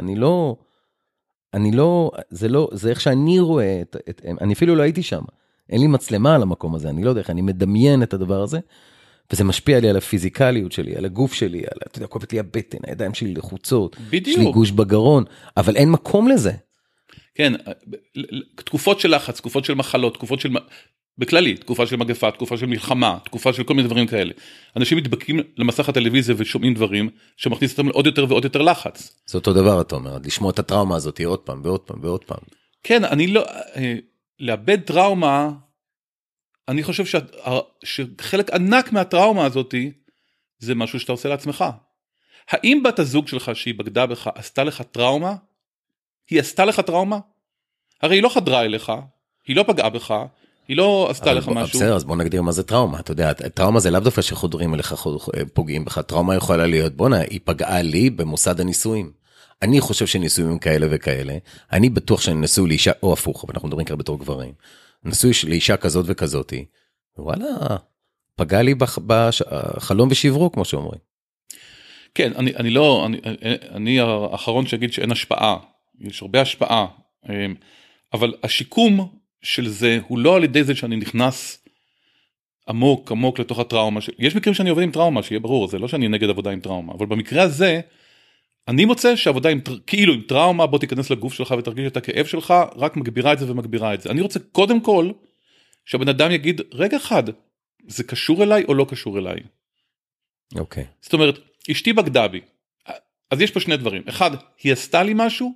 זה איך שאני רואה, אני אפילו לא הייתי שם, אין לי מצלמה על המקום הזה, אני לא יודע איך, אני מדמיין את הדבר הזה, וזה משפיע לי על הפיזיקליות שלי, על הגוף שלי, אתה יודע, כואבת לי הבטן, הידיים שלי לחוצות, יש לי גוש בגרון, אבל אין מקום לזה. כן, תקופות של לחץ, תקופות של מחלות, תקופות של, בכללי, תקופה של מגפה, תקופה של מלחמה, תקופה של כל מיני דברים כאלה. אנשים מתבקים למסך הטלוויזיה ושומעים דברים, שמכניס אותם לעוד יותר ועוד יותר לחץ. זה אותו דבר, אתה אומר, לשמוע את הטראומה הזאת עוד פעם ועוד פעם ועוד פעם. כן, אני לא, לאבד טראומה, אני חושב שחלק ענק מהטראומה הזאת, זה משהו שאתה עושה לעצמך. האם בת הזוג שלך שהיא בגדה בך, עשתה לך טראומה? היא עשתה לך טראומה? הרי היא לא חדרה אליך, היא לא פגעה בך, היא לא עשתה לך משהו. בסדר, אז בוא נגדיר מה זה טראומה. אתה יודע, טראומה זה לאו דווקא שחודרים אליך, פוגעים בך. טראומה יכולה להיות, בוא נה, היא פגעה לי במוסד הנישואים. אני חושב שנישואים הם כאלה וכאלה. אני בטוח שאני נשוי לאישה, או הפוך, אבל אנחנו מדברים כאלה בתור גברים. נשוי לאישה כזאת וכזאתי. וואלה, פגע לי בחלום ושברו, כמו שאומרים. כן, אני האחרון שיגיד שאין השפעה. יש הרבה השפעה. אבל השיקום של זה הוא לא על ידי זה שאני נכנס עמוק לתוך הטראומה. יש מקרים שאני עובד עם טראומה, שיהיה ברור, זה לא שאני נגד עבודה עם טראומה, אבל במקרה הזה, אני מוצא שעבודה כאילו עם טראומה, בוא תיכנס לגוף שלך ותרגיש את הכאב שלך, רק מגבירה את זה ומגבירה את זה. אני רוצה קודם כל, שהבן אדם יגיד, רגע אחד, זה קשור אליי או לא קשור אליי? אוקיי. זאת אומרת, אשתי בגדה בי. אז יש פה שני דברים. אחד, היא עשתה לי משהו?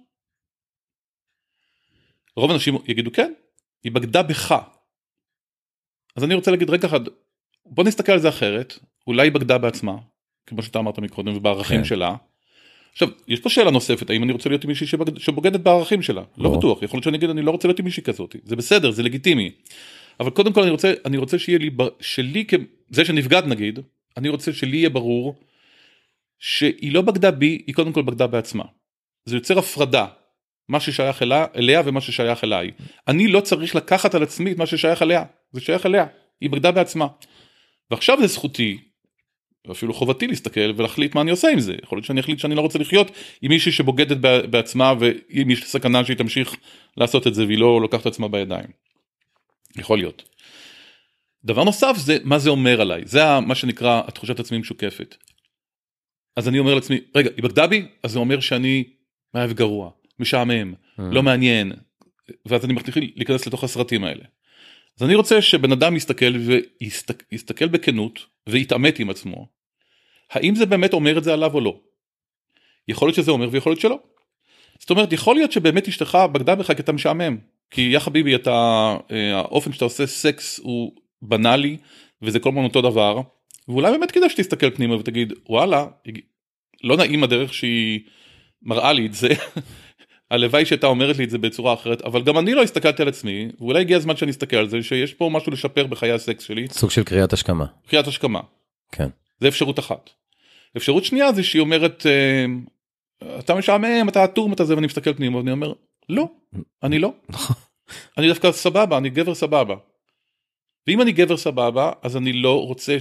רוב האנשים יגידו כן, היא בגדה בך. אז אני רוצה להגיד רגע אחד, בוא נסתכל על זה אחרת, אולי היא בגדה בעצמה, כמו שאתה אמרת מקודם, ובערכים שלה. עכשיו, יש פה שאלה נוספת, האם אני רוצה להיות עם מישהי שבוגדת בערכים שלה? לא בטוח, יכול להיות שאני אגיד, אני לא רוצה להיות עם מישהי כזאת. זה בסדר, זה לגיטימי. אבל קודם כל אני רוצה שיהיה לי, שלי, זה שנפגד נגיד, אני רוצה שלי יהיה ברור, שהיא לא בגדה בי, היא קודם כל בגדה בעצמה. זה יוצר הפרדה, מה ששייך אליה ומה ששייך אליי. אני לא צריך לקחת על עצמי את מה ששייך אליה, זה שייך אליה, היא בגדה בעצמה. ועכשיו זה זכותי, ואפילו חובתי להסתכל ולהחליט מה אני עושה עם זה. יכול להיות שאני אחליט שאני לא רוצה לחיות עם מישהי שבוגדת בעצמה, ואם יש סכנה שהיא תמשיך לעשות את זה, והיא לא לוקחת את עצמה בידיים. יכול להיות. דבר נוסף זה מה זה אומר עליי, זה מה שנקרא התחושת עצמי משוקפת. אז אני אומר לעצמי, רגע, היא בגדה בי? אז זה אומר שאני מאהב גרוע, משעמם, לא מעניין, ואז אני מתחיל להיכנס לתוך הסרטים האלה. אז אני רוצה שבן אדם יסתכל ויסתכל בכנות, ויתאמת עם עצמו. האם זה באמת אומר את זה עליו או לא? יכול להיות שזה אומר ויכול להיות שלא. זאת אומרת, יכול להיות שבאמת אשתך בגדה בך כי אתה משעמם, כי יא חביבי, האופן שאתה עושה סקס הוא בנאלי, וזה כל פעם אותו דבר, ואולי באמת כדאי שתסתכל פנימה ותגיד, וואלה, לא נעים הדרך שהיא מראה לי את זה, הלוואי שהייתה אומרת לי את זה בצורה אחרת, אבל גם אני לא הסתכלתי על עצמי, ואולי הגיע הזמן שאני אסתכל על זה, שיש פה משהו לשפר בחיי הסקס שלי. סוג של קריאת השכמה. קריאת השכמה. כן. זה אפשרות אחת. אפשרות שנייה זה שהיא אומרת, אתה משעמם, אתה אטום, אתה זה, ואני מסתכל פנימה, ואני אומר, לא, אני לא. אני דווקא סבבה, אני גבר סבבה. ואם אני גבר סבבה, אז אני לא רוצה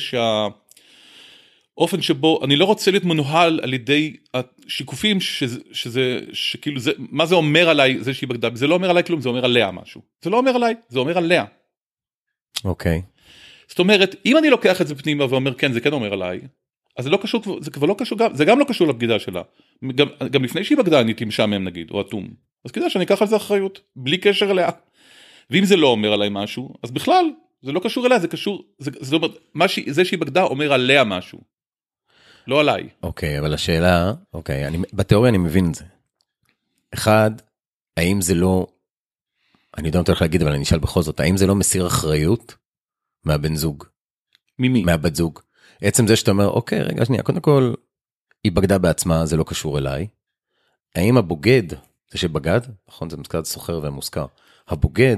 אופן שבו, אני לא רוצה להיות מנוהל על ידי השיקופים שכאילו זה, מה זה אומר עליי, זה שהיא בגדה, זה לא אומר עליי כלום, זה אומר עליה משהו. זה לא אומר עליי, זה אומר עליה. אוקיי. זאת אומרת, אם אני לוקח את זה פנימה ואומר, כן, זה כן אומר עליי, אז זה לא קשור, זה כבר לא קשור, זה גם לא קשור לבגידה שלה. גם לפני שהיא בגדה, אני הייתי משעמם נגיד, או אטום. אז כדאי שאני אקח על זה אחריות, בלי קשר אליה. ואם זה לא אומר עליי משהו, אז בכלל, זה לא קשור אליה, זה קשור, זה אומר, זה שהיא בגדה אומר עליה משהו. לא עליי. אוקיי, אבל השאלה, אוקיי, בתיאוריה אני מבין את זה. אחד, האם זה לא, אני לא נותן לך להגיד, אבל אני אשאל בכל זאת, האם זה לא מסיר אחריות מהבן זוג? ממי? מהבת זוג. עצם זה שאתה אומר, אוקיי, רגע שנייה, קודם כל, היא בגדה בעצמה, זה לא קשור אליי. האם הבוגד, זה שבגד, נכון, זה קצת סוחר ומוזכר, הבוגד,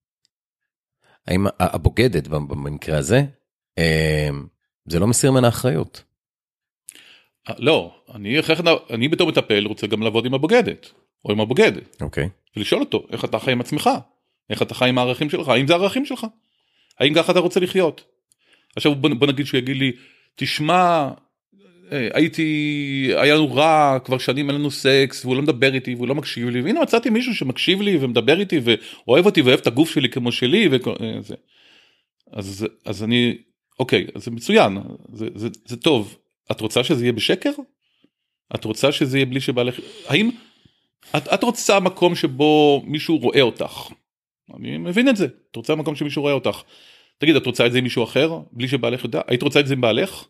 האם הבוגדת במקרה הזה, זה לא מסיר ממנה אחריות? לא, אני בתור מטפל רוצה גם לעבוד עם הבוגדת, או עם הבוגדת. אוקיי. ולשאול אותו, איך אתה חי עם עצמך? איך אתה חי עם הערכים שלך? האם זה הערכים שלך? האם ככה אתה רוצה לחיות? עכשיו בוא נגיד שהוא יגיד לי, תשמע, היה לנו רע, כבר שנים אין לנו סקס, והוא לא מדבר איתי, והוא לא מקשיב לי, והנה מצאתי מישהו שמקשיב לי, ומדבר איתי, ואוהב אותי, ואוהב את הגוף שלי כמו שלי, אז אני, אוקיי, אז זה מצוין, זה טוב. את רוצה שזה יהיה בשקר? את רוצה שזה יהיה בלי שבעלך? האם, את רוצה מקום שבו מישהו רואה אותך? אני מבין את זה. את רוצה מקום שמישהו רואה אותך. תגיד, את רוצה את זה עם מישהו אחר? בלי שבעלך יודע? היית רוצה את זה עם בעלך?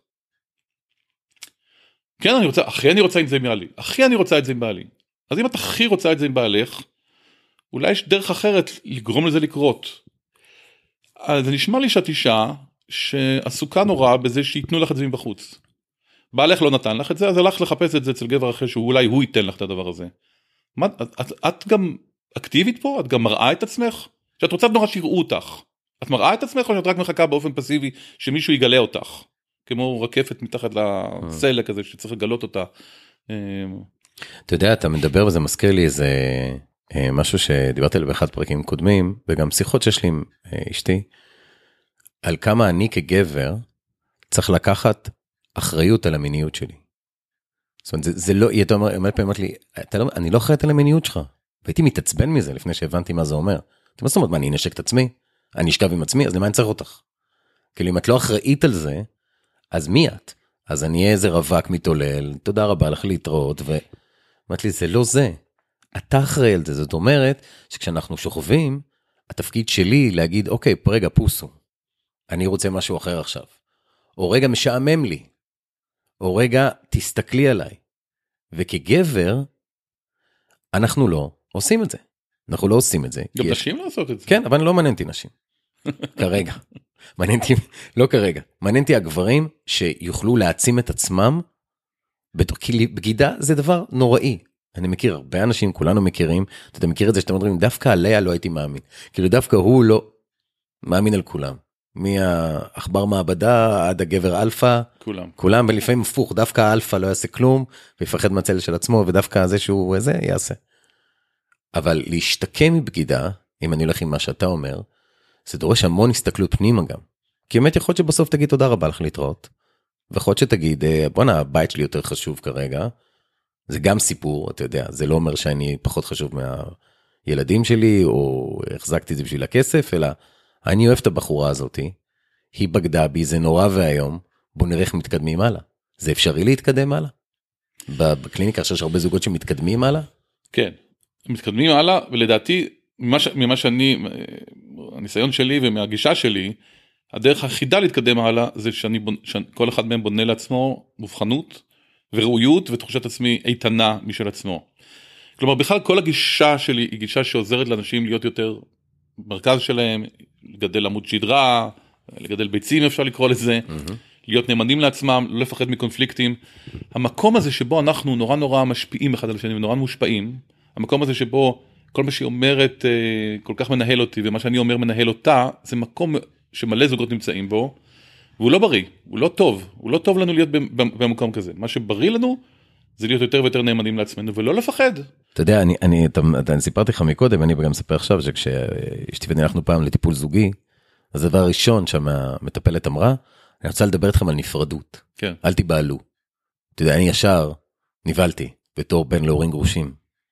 כן, אני רוצה את זה עם בעלי. אחי, אני רוצה את זה עם בעלי. אז אם את הכי רוצה את זה עם בעלך, אולי יש דרך אחרת לגרום לזה לקרות. אז זה נשמע לי שאת אישה שעסוקה נורא בזה שיתנו לך את זה מבחוץ. בעלך לא נתן לך את זה, אז הלך לחפש את זה אצל גבר אחר שאולי הוא ייתן לך את הדבר הזה. את גם אקטיבית פה? את גם מראה את עצמך? שאת רוצה נורא שיראו אותך. את מראה את עצמך או שאת רק מחכה באופן פסיבי שמישהו יגלה אותך? כמו רקפת מתחת לסלק הזה שצריך לגלות אותה. אתה יודע, אתה מדבר וזה מזכיר לי איזה משהו שדיברתי עליו באחד פרקים קודמים, וגם שיחות שיש לי עם אשתי, על כמה אני כגבר צריך לקחת אחריות על המיניות שלי. זאת אומרת, זה לא, היא אומרת לי, אני לא אחראית על המיניות שלך. והייתי מתעצבן מזה לפני שהבנתי מה זה אומר. זאת אומרת, מה, אני אנשק את עצמי? אני אשכב עם עצמי? אז למה אני צריך אותך? כאילו, אם את לא אחראית על זה, אז מי את? אז אני אהיה איזה רווק מתעולל, תודה רבה לך להתראות, ואומרת לי, זה לא זה. אתה אחראי על זה. זאת אומרת, שכשאנחנו שוכבים, התפקיד שלי להגיד, אוקיי, רגע, פוסו. אני רוצה משהו אחר עכשיו. או רגע, משעמם לי. או רגע, תסתכלי עליי. וכגבר, אנחנו לא עושים את זה. אנחנו לא עושים את זה. גם נשים לעשות את זה. כן, אבל לא מעניינתי נשים. כרגע. מעניינתי, לא כרגע. מעניינתי הגברים שיוכלו להעצים את עצמם, כי בגידה זה דבר נוראי. אני מכיר הרבה אנשים, כולנו מכירים, אתה מכיר את זה שאתם אומרים, דווקא עליה לא הייתי מאמין. כאילו דווקא הוא לא מאמין על כולם. מהאחבר מעבדה עד הגבר אלפא, כולם, ולפעמים הפוך, דווקא האלפא לא יעשה כלום, ויפחד מהצל של עצמו, ודווקא זה שהוא זה יעשה. אבל להשתקם מבגידה, אם אני הולך עם מה שאתה אומר, זה דורש המון הסתכלות פנימה גם. כי באמת יכול להיות שבסוף תגיד תודה רבה לך להתראות, ויכול להיות שתגיד, בוא'נה, הבית שלי יותר חשוב כרגע, זה גם סיפור, אתה יודע, זה לא אומר שאני פחות חשוב מהילדים שלי, או החזקתי את זה בשביל הכסף, אלא אני אוהב את הבחורה הזאת, היא בגדה בי, זה נורא והיום, בוא נראה איך מתקדמים הלאה. זה אפשרי להתקדם הלאה? בקליניקה יש הרבה זוגות שמתקדמים הלאה? כן, מתקדמים הלאה, ולדעתי, ממה שאני, הניסיון שלי ומהגישה שלי, הדרך היחידה להתקדם הלאה, זה שכל אחד מהם בונה לעצמו מובחנות, וראויות ותחושת עצמי איתנה משל עצמו. כלומר, בכלל כל הגישה שלי היא גישה שעוזרת לאנשים להיות יותר מרכז שלהם, לגדל עמוד שדרה, לגדל ביצים אפשר לקרוא לזה, להיות נאמנים לעצמם, לא לפחד מקונפליקטים. המקום הזה שבו אנחנו נורא משפיעים אחד על השני ונורא מושפעים, המקום הזה שבו כל מה שהיא אומרת כל כך מנהל אותי, ומה שאני אומר מנהל אותה, זה מקום שמלא זוגות נמצאים בו, והוא לא בריא, הוא לא טוב, הוא לא טוב לנו להיות במקום כזה. מה שבריא לנו זה להיות יותר ויותר נאמנים לעצמנו, ולא לפחד. אתה יודע, אני סיפרתי לך מקודם, אני גם מספר עכשיו, שכשאשתי ואני הלכנו פעם לטיפול זוגי, אז הדבר הראשון שהמטפלת אמרה, אני רוצה לדבר איתכם על נפרדות. כן. אל תיבעלו. אתה יודע, אני ישר נבלתי, בתור בן להורים גרושים.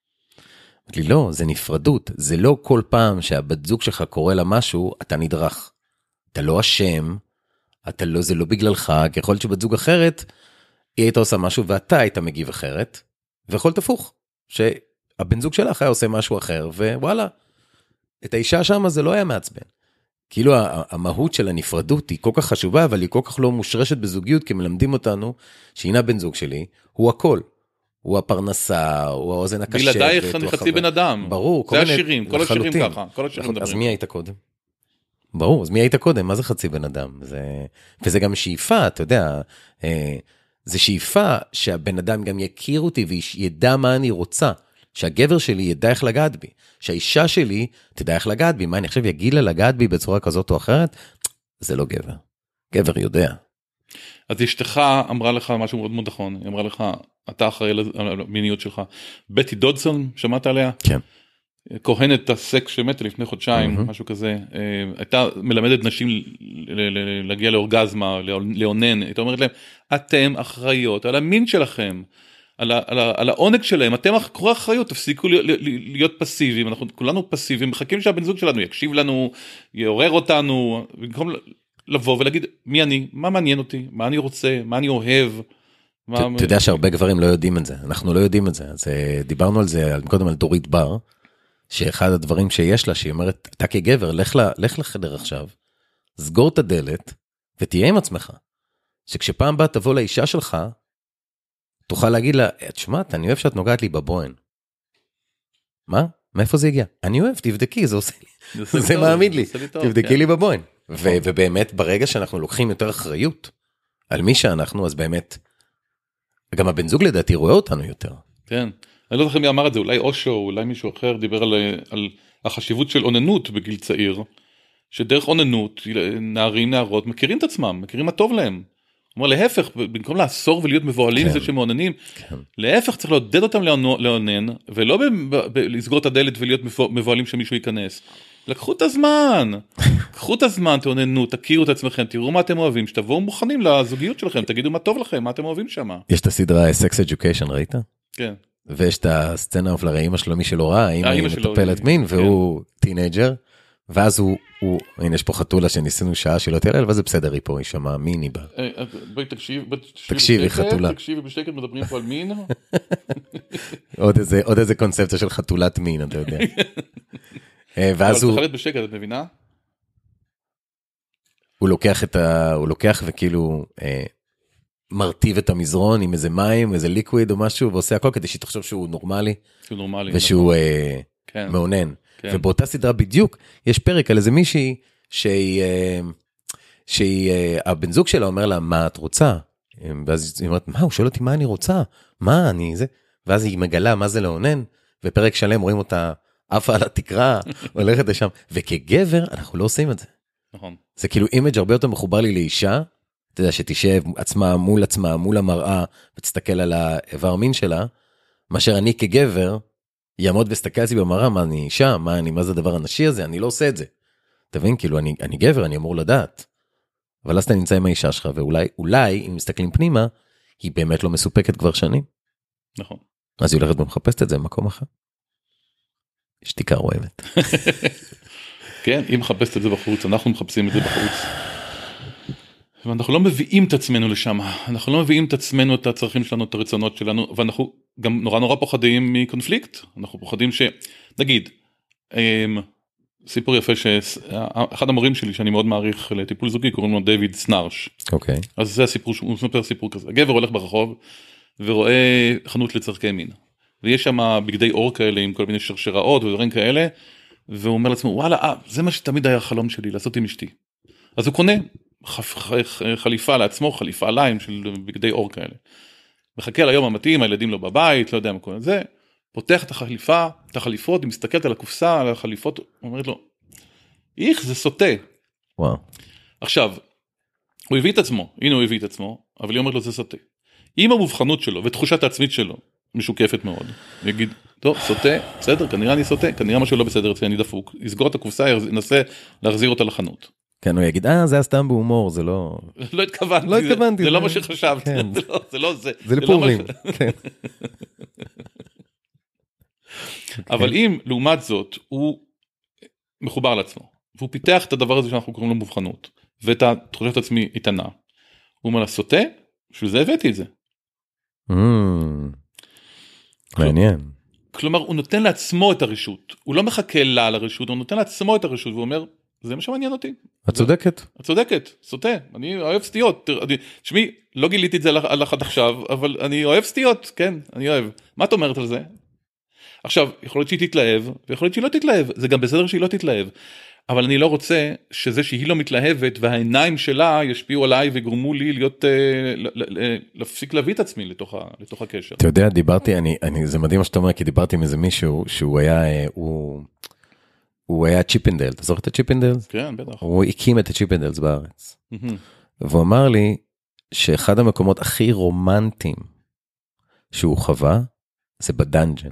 אמרתי לי, לא, זה נפרדות. זה לא כל פעם שהבת זוג שלך קורא לה משהו, אתה נדרך. אתה לא אשם, זה לא בגללך, כי יכול להיות שבת זוג אחרת, היא הייתה עושה משהו, ואתה היית מגיב אחרת, ויכול תפוך, שהבן זוג שלך היה עושה משהו אחר, ווואלה, את האישה שם זה לא היה מעצבן. כאילו המהות של הנפרדות היא כל כך חשובה, אבל היא כל כך לא מושרשת בזוגיות, כי מלמדים אותנו שהנה בן זוג שלי, הוא הכל. הוא הפרנסה, הוא האוזן הקשבת. בלעדייך אני חצי בן אדם. ברור. זה השירים, כל השירים ככה. אז מי היית קודם? ברור, אז מי היית קודם? מה זה חצי בן אדם? וזה גם שאיפה, אתה יודע, זה שאיפה שהבן אדם גם יכיר אותי וידע מה אני רוצה, שהגבר שלי ידע איך לגעת בי, שהאישה שלי תדע איך לגעת בי, מה אני עכשיו יגיד לה לגעת בי בצורה כזאת או אחרת? זה לא גבר. גבר יודע. אז אשתך אמרה לך משהו מאוד מאוד נכון, היא אמרה לך, אתה אחראי על המיניות שלך. בטי דודסון, שמעת עליה? כן. כהנת הסקס שמתה לפני חודשיים, משהו כזה, הייתה מלמדת נשים להגיע לאורגזמה, לאונן, הייתה אומרת להם, אתם אחראיות על המין שלכם, על העונג שלהם, אתם קחו אחריות, תפסיקו להיות פסיביים, אנחנו כולנו פסיביים, מחכים שהבן זוג שלנו יקשיב לנו, יעורר אותנו, במקום לבוא ולהגיד, מי אני, מה מעניין אותי, מה אני רוצה, מה אני אוהב. אתה יודע שהרבה גברים לא יודעים את זה, אנחנו לא יודעים את זה, אז דיברנו על זה קודם על דורית בר, שאחד הדברים שיש לה, שהיא אומרת, אתה כגבר, לך לחדר עכשיו, סגור את הדלת, ותהיה עם עצמך. שכשפעם בא תבוא לאישה שלך, תוכל להגיד לה, תשמע, אני אוהב שאת נוגעת לי בבוהן. מה? מאיפה זה הגיע? אני אוהב, תבדקי, זה עושה לי, זה מעמיד לי, תבדקי לי בבוהן. ובאמת, ברגע שאנחנו לוקחים יותר אחריות, על מי שאנחנו, אז באמת, גם הבן זוג לדעתי רואה אותנו יותר. כן. אני לא זוכר מי אמר את זה, אולי אושו, אולי מישהו אחר דיבר על החשיבות של אוננות בגיל צעיר, שדרך אוננות, נערים, נערות, מכירים את עצמם, מכירים מה טוב להם. הוא אומר, להפך, במקום לאסור ולהיות מבועלים, זה שמעוננים, להפך צריך לעודד אותם לעונן, ולא לסגור את הדלת ולהיות מבועלים שמישהו ייכנס. לקחו את הזמן, קחו את הזמן, תעוננו, תכירו את עצמכם, תראו מה אתם אוהבים, שתבואו מוכנים לזוגיות שלכם, תגידו מה טוב לכם, מה אתם אוהבים שם. יש את הסדרה Sex Education, ראית? כן. ויש את הסצנה המופלאה, אמא שלו, מי שלא ראה, אמא היא מטפלת מין, והוא טינג'ר, ואז הוא, הנה יש פה חתולה שניסינו שעה שלא תראה, אבל זה בסדר, היא פה, היא שמה מין, היא באה. בואי תקשיבי, חתולה. תקשיבי בשקט, מדברים פה על מין. עוד איזה קונספציה של חתולת מין, אתה יודע. ואז הוא... אבל תחלט בשקט, את מבינה? הוא לוקח וכאילו... מרטיב את המזרון עם איזה מים, איזה ליקוויד או משהו, ועושה הכל כדי שהיא תחשוב שהוא נורמלי, ושהוא מעונן. ובאותה סדרה בדיוק, יש פרק על איזה מישהי, שהבן זוג שלה אומר לה, מה את רוצה? ואז היא אומרת, מה? הוא שואל אותי מה אני רוצה? מה אני זה? ואז היא מגלה מה זה לעונן, ופרק שלם רואים אותה עפה על התקרה, הולכת לשם, וכגבר אנחנו לא עושים את זה. נכון. זה כאילו אימג' הרבה יותר מחובר לי לאישה, אתה יודע, שתשב עצמה, מול המראה, ותסתכל על האיבר מין שלה, מאשר אני כגבר, יעמוד וסתכל על זה במראה, מה אני אישה, מה זה הדבר הנשי הזה, אני לא עושה את זה. תבין, כאילו, אני גבר, אני אמור לדעת. אבל אז אתה נמצא עם האישה שלך, ואולי, אם מסתכלים פנימה, היא באמת לא מסופקת כבר שנים. נכון. אז היא הולכת ומחפשת את זה במקום אחר. שתיקה רועמת. כן, היא מחפשת את זה בחוץ, אנחנו מחפשים את זה בחוץ. ואנחנו לא מביאים את עצמנו לשם, אנחנו לא מביאים את עצמנו, את הצרכים שלנו, את הרצונות שלנו, ואנחנו גם נורא פוחדים מקונפליקט, אנחנו פוחדים נגיד, סיפור יפה שאחד המורים שלי שאני מאוד מעריך לטיפול זוגי, קוראים לו דיוויד סנארש. אוקיי. אז זה הסיפור, הוא מספר סיפור כזה, הגבר הולך ברחוב ורואה חנות לצרכי מין, ויש שם בגדי אור כאלה עם כל מיני שרשראות ודברים כאלה, והוא אומר לעצמו, וואלה, זה מה שתמיד היה החלום שלי, לעשות עם אשתי. אז הוא קונה חליפה לעצמו, חליפה עליים של בגדי אור כאלה. מחכה ליום המתאים, הילדים לא בבית, לא יודע מה כל זה, פותח את החליפה, את החליפות, היא מסתכלת על הקופסה, על החליפות, אומרת לו, איך זה סוטה. וואו. עכשיו, הוא הביא את עצמו, הנה הוא הביא את עצמו, אבל היא אומרת לו, זה סוטה. אם המובחנות שלו ותחושת העצמית שלו משוקפת מאוד, הוא יגיד, טוב, סוטה, בסדר, כנראה אני סוטה, כנראה משהו לא בסדר, אני דפוק, יסגור את הקופסה, ינסה להחזיר אותה לחנות. כן, הוא יגיד, זה היה סתם בהומור, זה לא... לא התכוונתי, זה לא מה שחשבת, זה לא זה. זה לפורים, כן. אבל אם, לעומת זאת, הוא מחובר לעצמו, והוא פיתח את הדבר הזה שאנחנו קוראים לו מובחנות, ואת התחושת עצמי איתנה, הוא אומר לה, סוטה, בשביל זה הבאתי את זה. מעניין. כלומר, הוא נותן לעצמו את הרשות, הוא לא מחכה לה לרשות, הוא נותן לעצמו את הרשות, והוא אומר, זה מה שמעניין אותי. את צודקת. את צודקת, סוטה, אני אוהב סטיות, תשמעי, לא גיליתי את זה על אחד עכשיו, אבל אני אוהב סטיות, כן, אני אוהב. מה את אומרת על זה? עכשיו, יכול להיות שהיא תתלהב, ויכול להיות שהיא לא תתלהב, זה גם בסדר שהיא לא תתלהב, אבל אני לא רוצה שזה שהיא לא מתלהבת, והעיניים שלה ישפיעו עליי וגרמו לי להיות, להפסיק להביא את עצמי לתוך הקשר. אתה יודע, דיברתי, זה מדהים מה שאתה אומר, כי דיברתי עם איזה מישהו, שהוא היה, הוא היה צ'יפנדל, אתה זוכר את הצ'יפנדלס? כן, בטח. הוא הקים את הצ'יפנדלס בארץ. והוא אמר לי, שאחד המקומות הכי רומנטיים, שהוא חווה, זה בדנג'ן.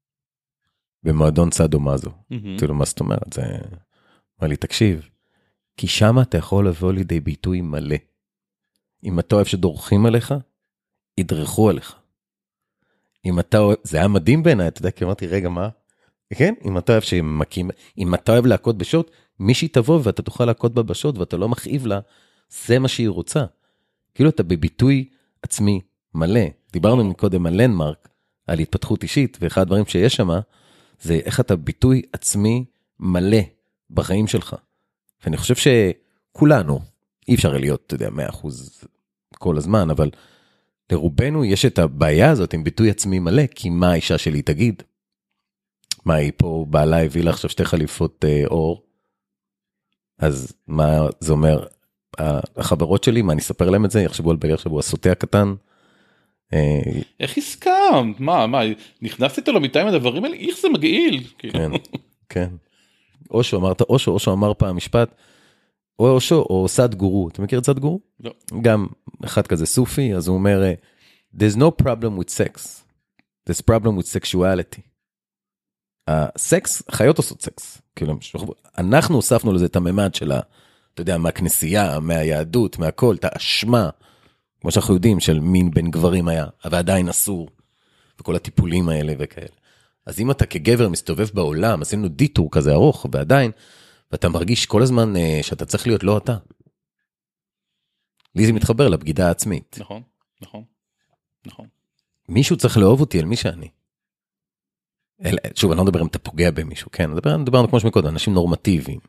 במועדון סאדו מאזו. כאילו, מה זאת אומרת? זה... אמר לי, תקשיב, כי שם אתה יכול לבוא לידי ביטוי מלא. אם אתה אוהב שדורכים עליך, ידרכו עליך. אם אתה אוהב... זה היה מדהים בעיניי, אתה יודע, כי אמרתי, רגע, מה? כן? אם אתה אוהב שמקים... אם אתה אוהב להכות בשוט, מישהי תבוא ואתה תוכל להכות בה בשוט, ואתה לא מכאיב לה, זה מה שהיא רוצה. כאילו, אתה בביטוי עצמי מלא. דיברנו מקודם על לנדמרק, על התפתחות אישית, ואחד הדברים שיש שם, זה איך אתה ביטוי עצמי מלא בחיים שלך. ואני חושב שכולנו, אי אפשר להיות, אתה יודע, 100% כל הזמן, אבל לרובנו יש את הבעיה הזאת עם ביטוי עצמי מלא, כי מה האישה שלי תגיד? מה היא פה בעלה הביא לה עכשיו 2 חליפות אור? אז מה זה אומר? החברות שלי, מה אני אספר להם את זה? יחשבו על בלי, יחשבו הסוטה הקטן? איך הסכמת? מה, נכנסת איתו למיטה עם הדברים האלה? איך זה מגעיל? כן, כן. אושו, אמרת אושו, אושו אמר פעם משפט, או אושו או סד גורו, אתה מכיר את סד גורו? לא. גם אחד כזה סופי, אז הוא אומר, there's no problem with sex, there's problem with sexuality. הסקס, חיות עושות סקס, כאילו, אנחנו הוספנו לזה את הממד שלה, אתה יודע, מהכנסייה, מהיהדות, מהכל, את האשמה, כמו שאנחנו יודעים, של מין בין גברים היה, אבל עדיין אסור, וכל הטיפולים האלה וכאלה. אז אם אתה כגבר מסתובב בעולם, עשינו דיטור כזה ארוך, ועדיין, ואתה מרגיש כל הזמן שאתה צריך להיות לא אתה. לי זה מתחבר לבגידה העצמית. נכון, נכון, נכון. מישהו צריך לאהוב אותי על מי שאני. שוב, אני לא מדבר אם אתה פוגע במישהו, כן? אני מדבר כמו שמקודם, אנשים נורמטיביים.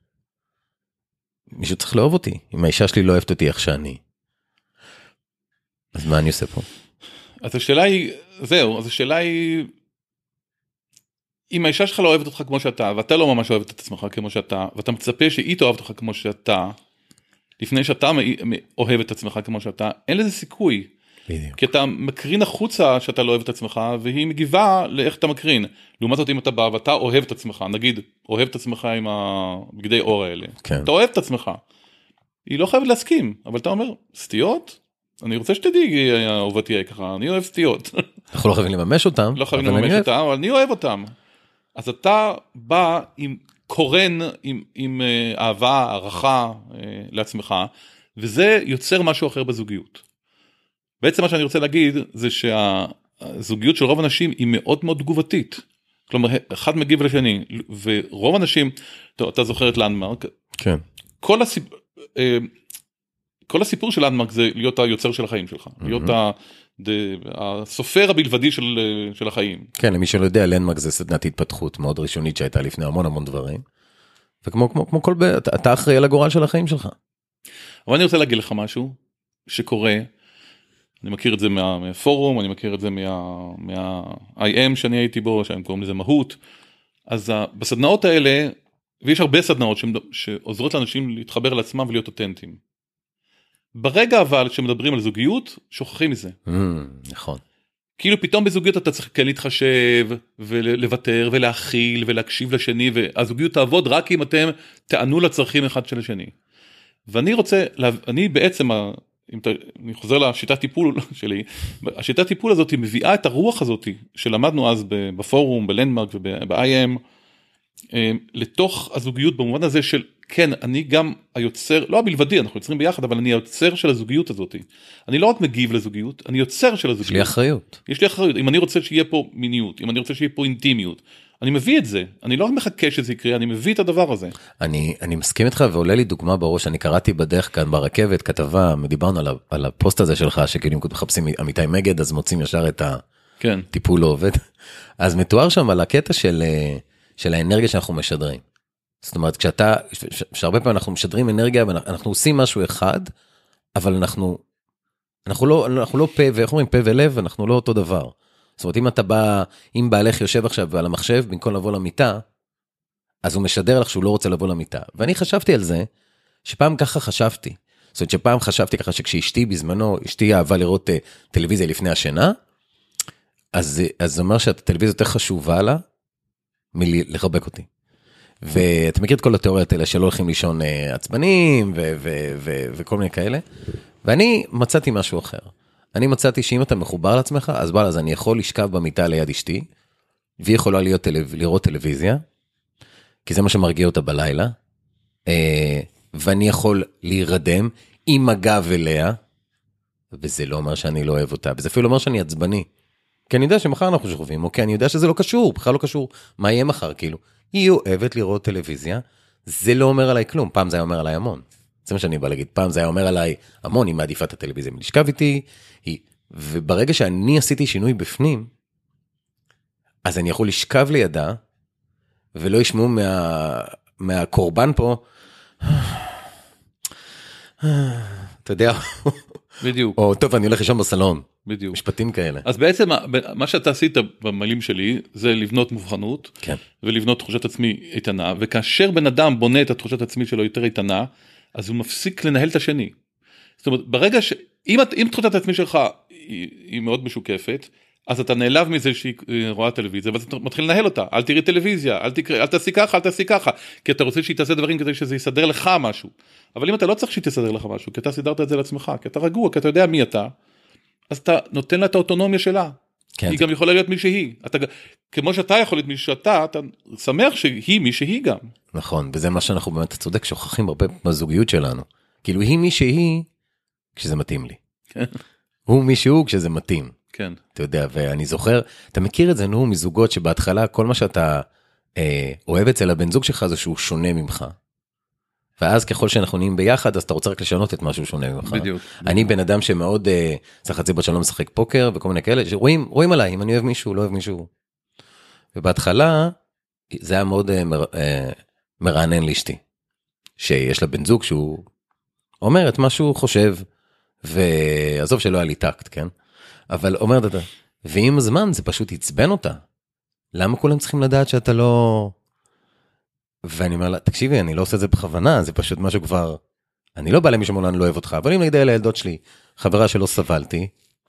מישהו צריך לאהוב אותי, אם האישה שלי לא אוהבת אותי איך שאני. אז מה אני עושה פה? אז השאלה היא, זהו, אז השאלה היא, אם האישה שלך לא אוהבת אותך כמו שאתה, ואתה לא ממש אוהבת את עצמך כמו שאתה, ואתה מצפה שהיא תאהב אותך כמו שאתה, לפני שאתה אוהב את עצמך כמו שאתה, אין לזה סיכוי. בדיוק. כי אתה מקרין החוצה שאתה לא אוהב את עצמך, והיא מגיבה לאיך אתה מקרין. לעומת זאת אם אתה בא ואתה אוהב את עצמך, נגיד, אוהב את עצמך עם הבגדי אור האלה. כן. אתה אוהב את עצמך. היא לא חייבת להסכים, אבל אתה אומר, סטיות? אני רוצה שתדעי, אהובתי ככה, אני אוהב סטיות. אנחנו לא חייבים לממש אותם. לא חייבים לממש אותם, אבל אני אוהב אותם. אז אתה בא עם קורן, עם אהבה, הערכה לעצמך, וזה יוצר משהו אחר בזוגיות. בעצם מה שאני רוצה להגיד, זה שהזוגיות של רוב האנשים היא מאוד מאוד תגובתית. כלומר, אחד מגיב לשני, ורוב האנשים, טוב, אתה זוכר את לנדמרק, כן. כל הסיפור של לנדמרק זה להיות היוצר של החיים שלך, להיות הסופר הבלבדי של החיים. כן, למי שלא יודע, לנדמרק זה סדנת התפתחות מאוד ראשונית שהייתה לפני המון דברים, וכמו כל, אתה אחראי על הגורל של החיים שלך. אבל אני רוצה להגיד לך משהו שקורה, אני מכיר את זה מהפורום, אני מכיר את זה מה-IM שאני הייתי בו, שהם קוראים לזה מהות, אז בסדנאות האלה, ויש הרבה סדנאות שעוזרות לאנשים להתחבר לעצמם ולהיות אותנטיים. ברגע אבל שמדברים על זוגיות, שוכחים מזה. נכון. כאילו פתאום בזוגיות אתה צריך כן להתחשב, ולוותר ולהכיל ולהקשיב לשני, והזוגיות תעבוד רק אם אתם תענו לצרכים אחד של השני. ואני רוצה, אני בעצם, אני חוזר לשיטת טיפול שלי, השיטת טיפול הזאת היא מביאה את הרוח הזאת, שלמדנו אז בפורום, בלנדמרק וב-IM, לתוך הזוגיות במובן הזה של, כן, אני גם היוצר, לא הבלבדי, אנחנו יוצרים ביחד, אבל אני היוצר של הזוגיות הזאת. אני לא רק מגיב לזוגיות, אני יוצר של הזוגיות. יש לי אחריות. יש לי אחריות. אם אני רוצה שיהיה פה מיניות, אם אני רוצה שיהיה פה אינטימיות, אני מביא את זה. אני לא רק מחכה שזה יקרה, אני מביא את הדבר הזה. אני מסכים איתך, ועולה לי דוגמה בראש, אני קראתי בדרך כאן ברכבת, כתבה, דיברנו על הפוסט הזה שלך, שכאילו מחפשים עמיתי מגד, אז מוצאים ישר את הטיפול לא עובד. אז מתואר שם על הקטע של האנרגיה שאנחנו משדרים. זאת אומרת, שהרבה פעמים אנחנו משדרים אנרגיה, ואנחנו עושים משהו אחד, אבל אנחנו לא פה, ואיך אומרים, פה ולב, אנחנו לא אותו דבר. זאת אומרת, אם אתה בא, אם בעלך יושב עכשיו על המחשב, במקום לבוא למיטה, אז הוא משדר לך שהוא לא רוצה לבוא למיטה. ואני חשבתי על זה, שפעם ככה חשבתי. זאת אומרת, שפעם חשבתי ככה, שכשאשתי בזמנו, אשתי אהבה לראות טלוויזיה לפני השינה, אז זה אומר שהטלוויזיה יותר חשובה לה, מלחבק אותי. ואתה מכיר את כל התיאוריות האלה שלא הולכים לישון עצבנים וכל מיני כאלה, ואני מצאתי משהו אחר. אני מצאתי שאם אתה מחובר לעצמך, אז אני יכול לשכב במיטה ליד אשתי, והיא יכולה לראות טלוויזיה, כי זה מה שמרגיע אותה בלילה, ואני יכול להירדם עם הגב אליה, וזה לא אומר שאני לא אוהב אותה, וזה אפילו לא אומר שאני עצבני, כי אני יודע שמחר אנחנו שוכבים, או כי אני יודע שזה לא קשור, בכלל לא קשור, מה יהיה מחר, כאילו, היא אוהבת לראות טלוויזיה, זה לא אומר עליי כלום, פעם זה היה אומר עליי המון, זה מה שאני בא להגיד, פעם זה היה אומר עליי המון, היא מעדיפה את הטלוויזיה מלשכב איתי, וברגע שאני עשיתי שינוי בפנים, אז אני יכול לשכב לידה, ולא ישמעו מהקורבן פה, אתה יודע, בדיוק. או טוב, אני הולך לישון בסלון. בדיוק. משפטים כאלה. אז בעצם מה שאתה עשית במילים שלי, זה לבנות מובחנות, כן. ולבנות תחושת עצמי איתנה, וכאשר בן אדם בונה את התחושת עצמי שלו יותר איתנה, אז הוא מפסיק לנהל את השני. זאת אומרת, ברגע אם תחושת העצמי שלך היא מאוד משוקפת, אז אתה נעלב מזה שהיא רואה טלוויזיה, ואז אתה מתחיל לנהל אותה, אל תראי טלוויזיה, אל תעשי ככה, אל תעשי ככה, כי אתה רוצה שהיא תעשה דברים כדי שזה יסדר לך משהו. אבל אם אתה לא צריך שהיא תסדר לך משהו, כי אתה סידרת את זה לעצמך, כי אתה רגוע, כי אתה יודע מי אתה, אז אתה נותן לה את האוטונומיה שלה. כן. היא גם יכולה להיות מי שהיא. כמו שאתה יכול להיות מי שאתה, אתה שמח שהיא מי שהיא גם. נכון, וזה מה שאנחנו באמת צודק, שוכחים הרבה בזוגיות שלנו. כאילו היא מי שהיא, כשזה מתאים לי. כן. הוא מי שהוא כשזה מתאים. כן. אתה יודע, ואני זוכר, אתה מכיר את זה, מזוגות שבהתחלה כל מה שאתה אוהב אצל הבן זוג שלך זה שהוא שונה ממך. ואז ככל שאנחנו נהיים ביחד, אז אתה רוצה רק לשנות את משהו שונה ממך. בדיוק. אני בן אדם שמאוד, צריך חצי בת שלא משחק פוקר, וכל מיני כאלה, שרואים עליי, אם אני אוהב מישהו, לא אוהב מישהו. ובהתחלה, זה היה מאוד מרענן לאשתי. שיש לה בן זוג שהוא אומר את מה שהוא חושב, ועזוב שלא היה לי טקט, כן? אבל אומרת אתה, ועם הזמן זה פשוט יצבן אותה. למה כולם צריכים לדעת שאתה לא... ואני אומר לה, תקשיבי, אני לא עושה את זה בכוונה, זה פשוט משהו כבר, אני לא בא למישהו מולן, לא אוהב אותך, אבל אם נגדי לילדות שלי, חברה שלא סבלתי,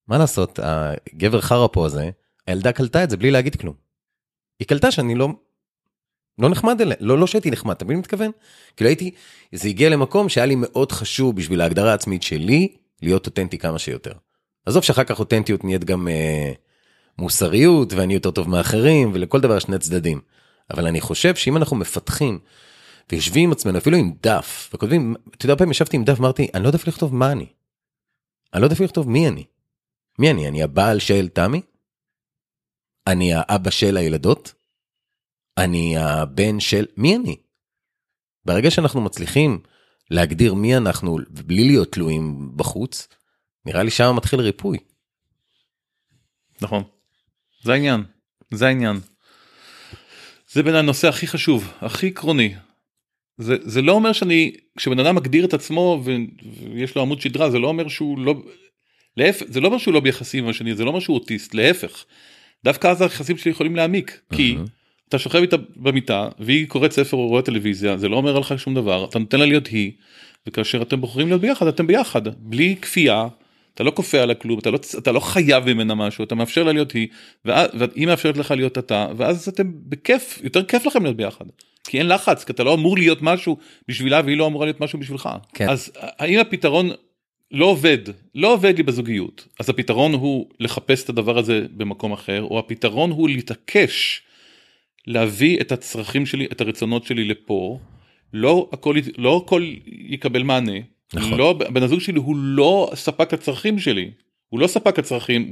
מה לעשות, הגבר חרא פה הזה, הילדה קלטה את זה בלי להגיד כלום. היא קלטה שאני לא נחמד אליה, לא שהייתי נחמד, אתה מבין מתכוון? כאילו זה הגיע למקום שהיה לי מאוד חשוב בשביל ההגדרה העצמית שלי, להיות אותנטי כמה שיותר. עזוב שאחר כך אותנטיות נהיית גם מוסריות, ואני יותר טוב מאחרים, ולכל דבר שני צדדים. אבל אני חושב שאם אנחנו מפתחים, ויושבים עם עצמנו, אפילו עם דף, וכותבים, אתה יודע, פעם ישבתי עם דף, אמרתי, אני לא יודע לכתוב מה אני. אני לא יודע לכתוב מי אני. מי אני? אני הבעל של תמי? אני האבא של הילדות? אני הבן של... מי אני? ברגע שאנחנו מצליחים להגדיר מי אנחנו, ובלי להיות תלויים בחוץ, נראה לי שם מתחיל ריפוי. נכון. זה העניין. זה העניין. זה בין הנושא הכי חשוב, הכי עקרוני. זה לא אומר כשבן אדם מגדיר את עצמו ויש לו עמוד שדרה, זה לא אומר שהוא לא... זה לא אומר שהוא לא ביחסים עם השני, זה לא אומר שהוא אוטיסט, להפך. דווקא אז היחסים שלי יכולים להעמיק, כי אתה שוכב איתה במיטה, והיא קוראת ספר או רואה טלוויזיה, זה לא אומר עליך שום דבר, אתה נותן לה להיות היא, וכאשר אתם בוחרים להיות ביחד, אתם ביחד, בלי כפייה, אתה לא כופה על הכלום, אתה לא חייב ממנה משהו, אתה מאפשר לה להיות היא, והיא מאפשרת לך להיות אתה, ואז אתם בכיף, יותר כיף לכם להיות ביחד, כי אין לחץ, כי אתה לא אמור להיות משהו בשבילה, והיא לא אמורה להיות משהו בשבילך. כן. אז האם הפתרון לא עובד לי בזוגיות, אז הפתרון הוא לחפש את הדבר הזה במקום אחר, או הפתרון הוא להתעקש, להביא את הצרכים שלי, את הרצונות שלי לפה, לא הכל יקבל מענה, נכון. לא, בן הזוג שלי הוא לא ספק הצרכים שלי, הוא לא ספק הצרכים,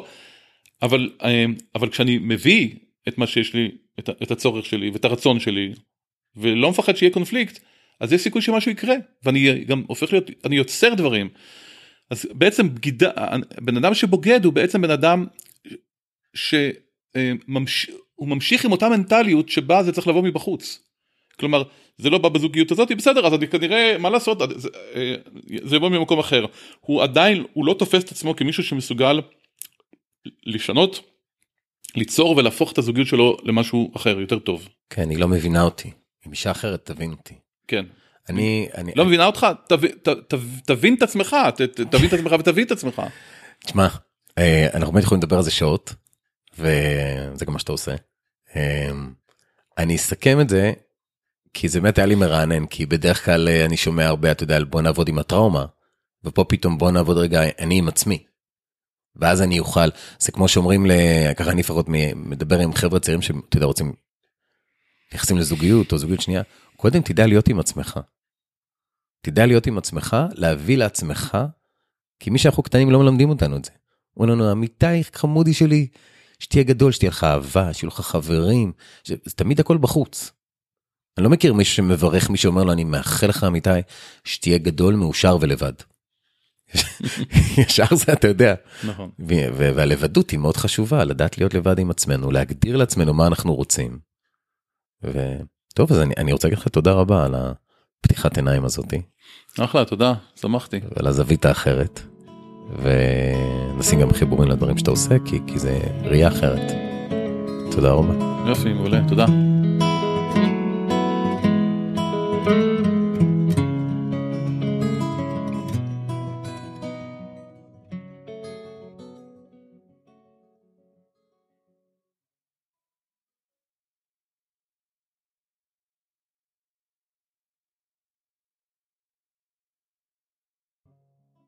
אבל כשאני מביא את מה שיש לי, את הצורך שלי ואת הרצון שלי, ולא מפחד שיהיה קונפליקט, אז יש סיכוי שמשהו יקרה, ואני גם הופך להיות, אני יוצר דברים. אז בעצם בן אדם שבוגד הוא בעצם בן אדם הוא ממשיך עם אותה מנטליות שבה זה צריך לבוא מבחוץ. כלומר, זה לא בא בזוגיות הזאת, בסדר, אז אני כנראה, מה לעשות, זה יבוא ממקום אחר. הוא עדיין, הוא לא תופס את עצמו כמישהו שמסוגל לשנות, ליצור ולהפוך את הזוגיות שלו למשהו אחר, יותר טוב. כן, היא לא מבינה אותי. אם אישה אחרת תבין אותי. כן. אני לא מבינה אותך, תבין את עצמך, תבין את עצמך ותבין את עצמך. תשמע, אנחנו באמת יכולים לדבר על זה שעות, וזה גם מה שאתה עושה. אני אסכם את זה, כי זה באמת היה לי מרענן, כי בדרך כלל אני שומע הרבה, אתה יודע, בוא נעבוד עם הטראומה, ופה פתאום בוא נעבוד רגע, אני עם עצמי. ואז אני אוכל, זה כמו שאומרים, ככה אני לפחות מדבר עם חבר'ה צעירים, שאתה יודע, רוצים, נכנסים לזוגיות או זוגיות שנייה, קודם תדע להיות עם עצמך. תדע להיות עם עצמך, להביא לעצמך, כי מי שאנחנו קטנים לא מלמדים אותנו את זה. אומרים לנו, אמיתי חמודי שלי, שתהיה גדול, שתהיה לך אהבה, שיהיו לך חברים, זה תמיד הכל בחוץ. אני לא מכיר מישהו שמברך, מי שאומר לו, אני מאחל לך אמיתי, שתהיה גדול, מאושר ולבד. ישר זה אתה יודע. נכון. והלבדות היא מאוד חשובה, לדעת להיות לבד עם עצמנו, להגדיר לעצמנו מה אנחנו רוצים. וטוב, אז אני רוצה להגיד לך תודה רבה על הפתיחת עיניים הזאת. אחלה, תודה, שמחתי. ועל הזווית האחרת. ונשים גם חיבורים לדברים שאתה עושה, כי זה ראייה אחרת. תודה רבה. יופי, מעולה, תודה.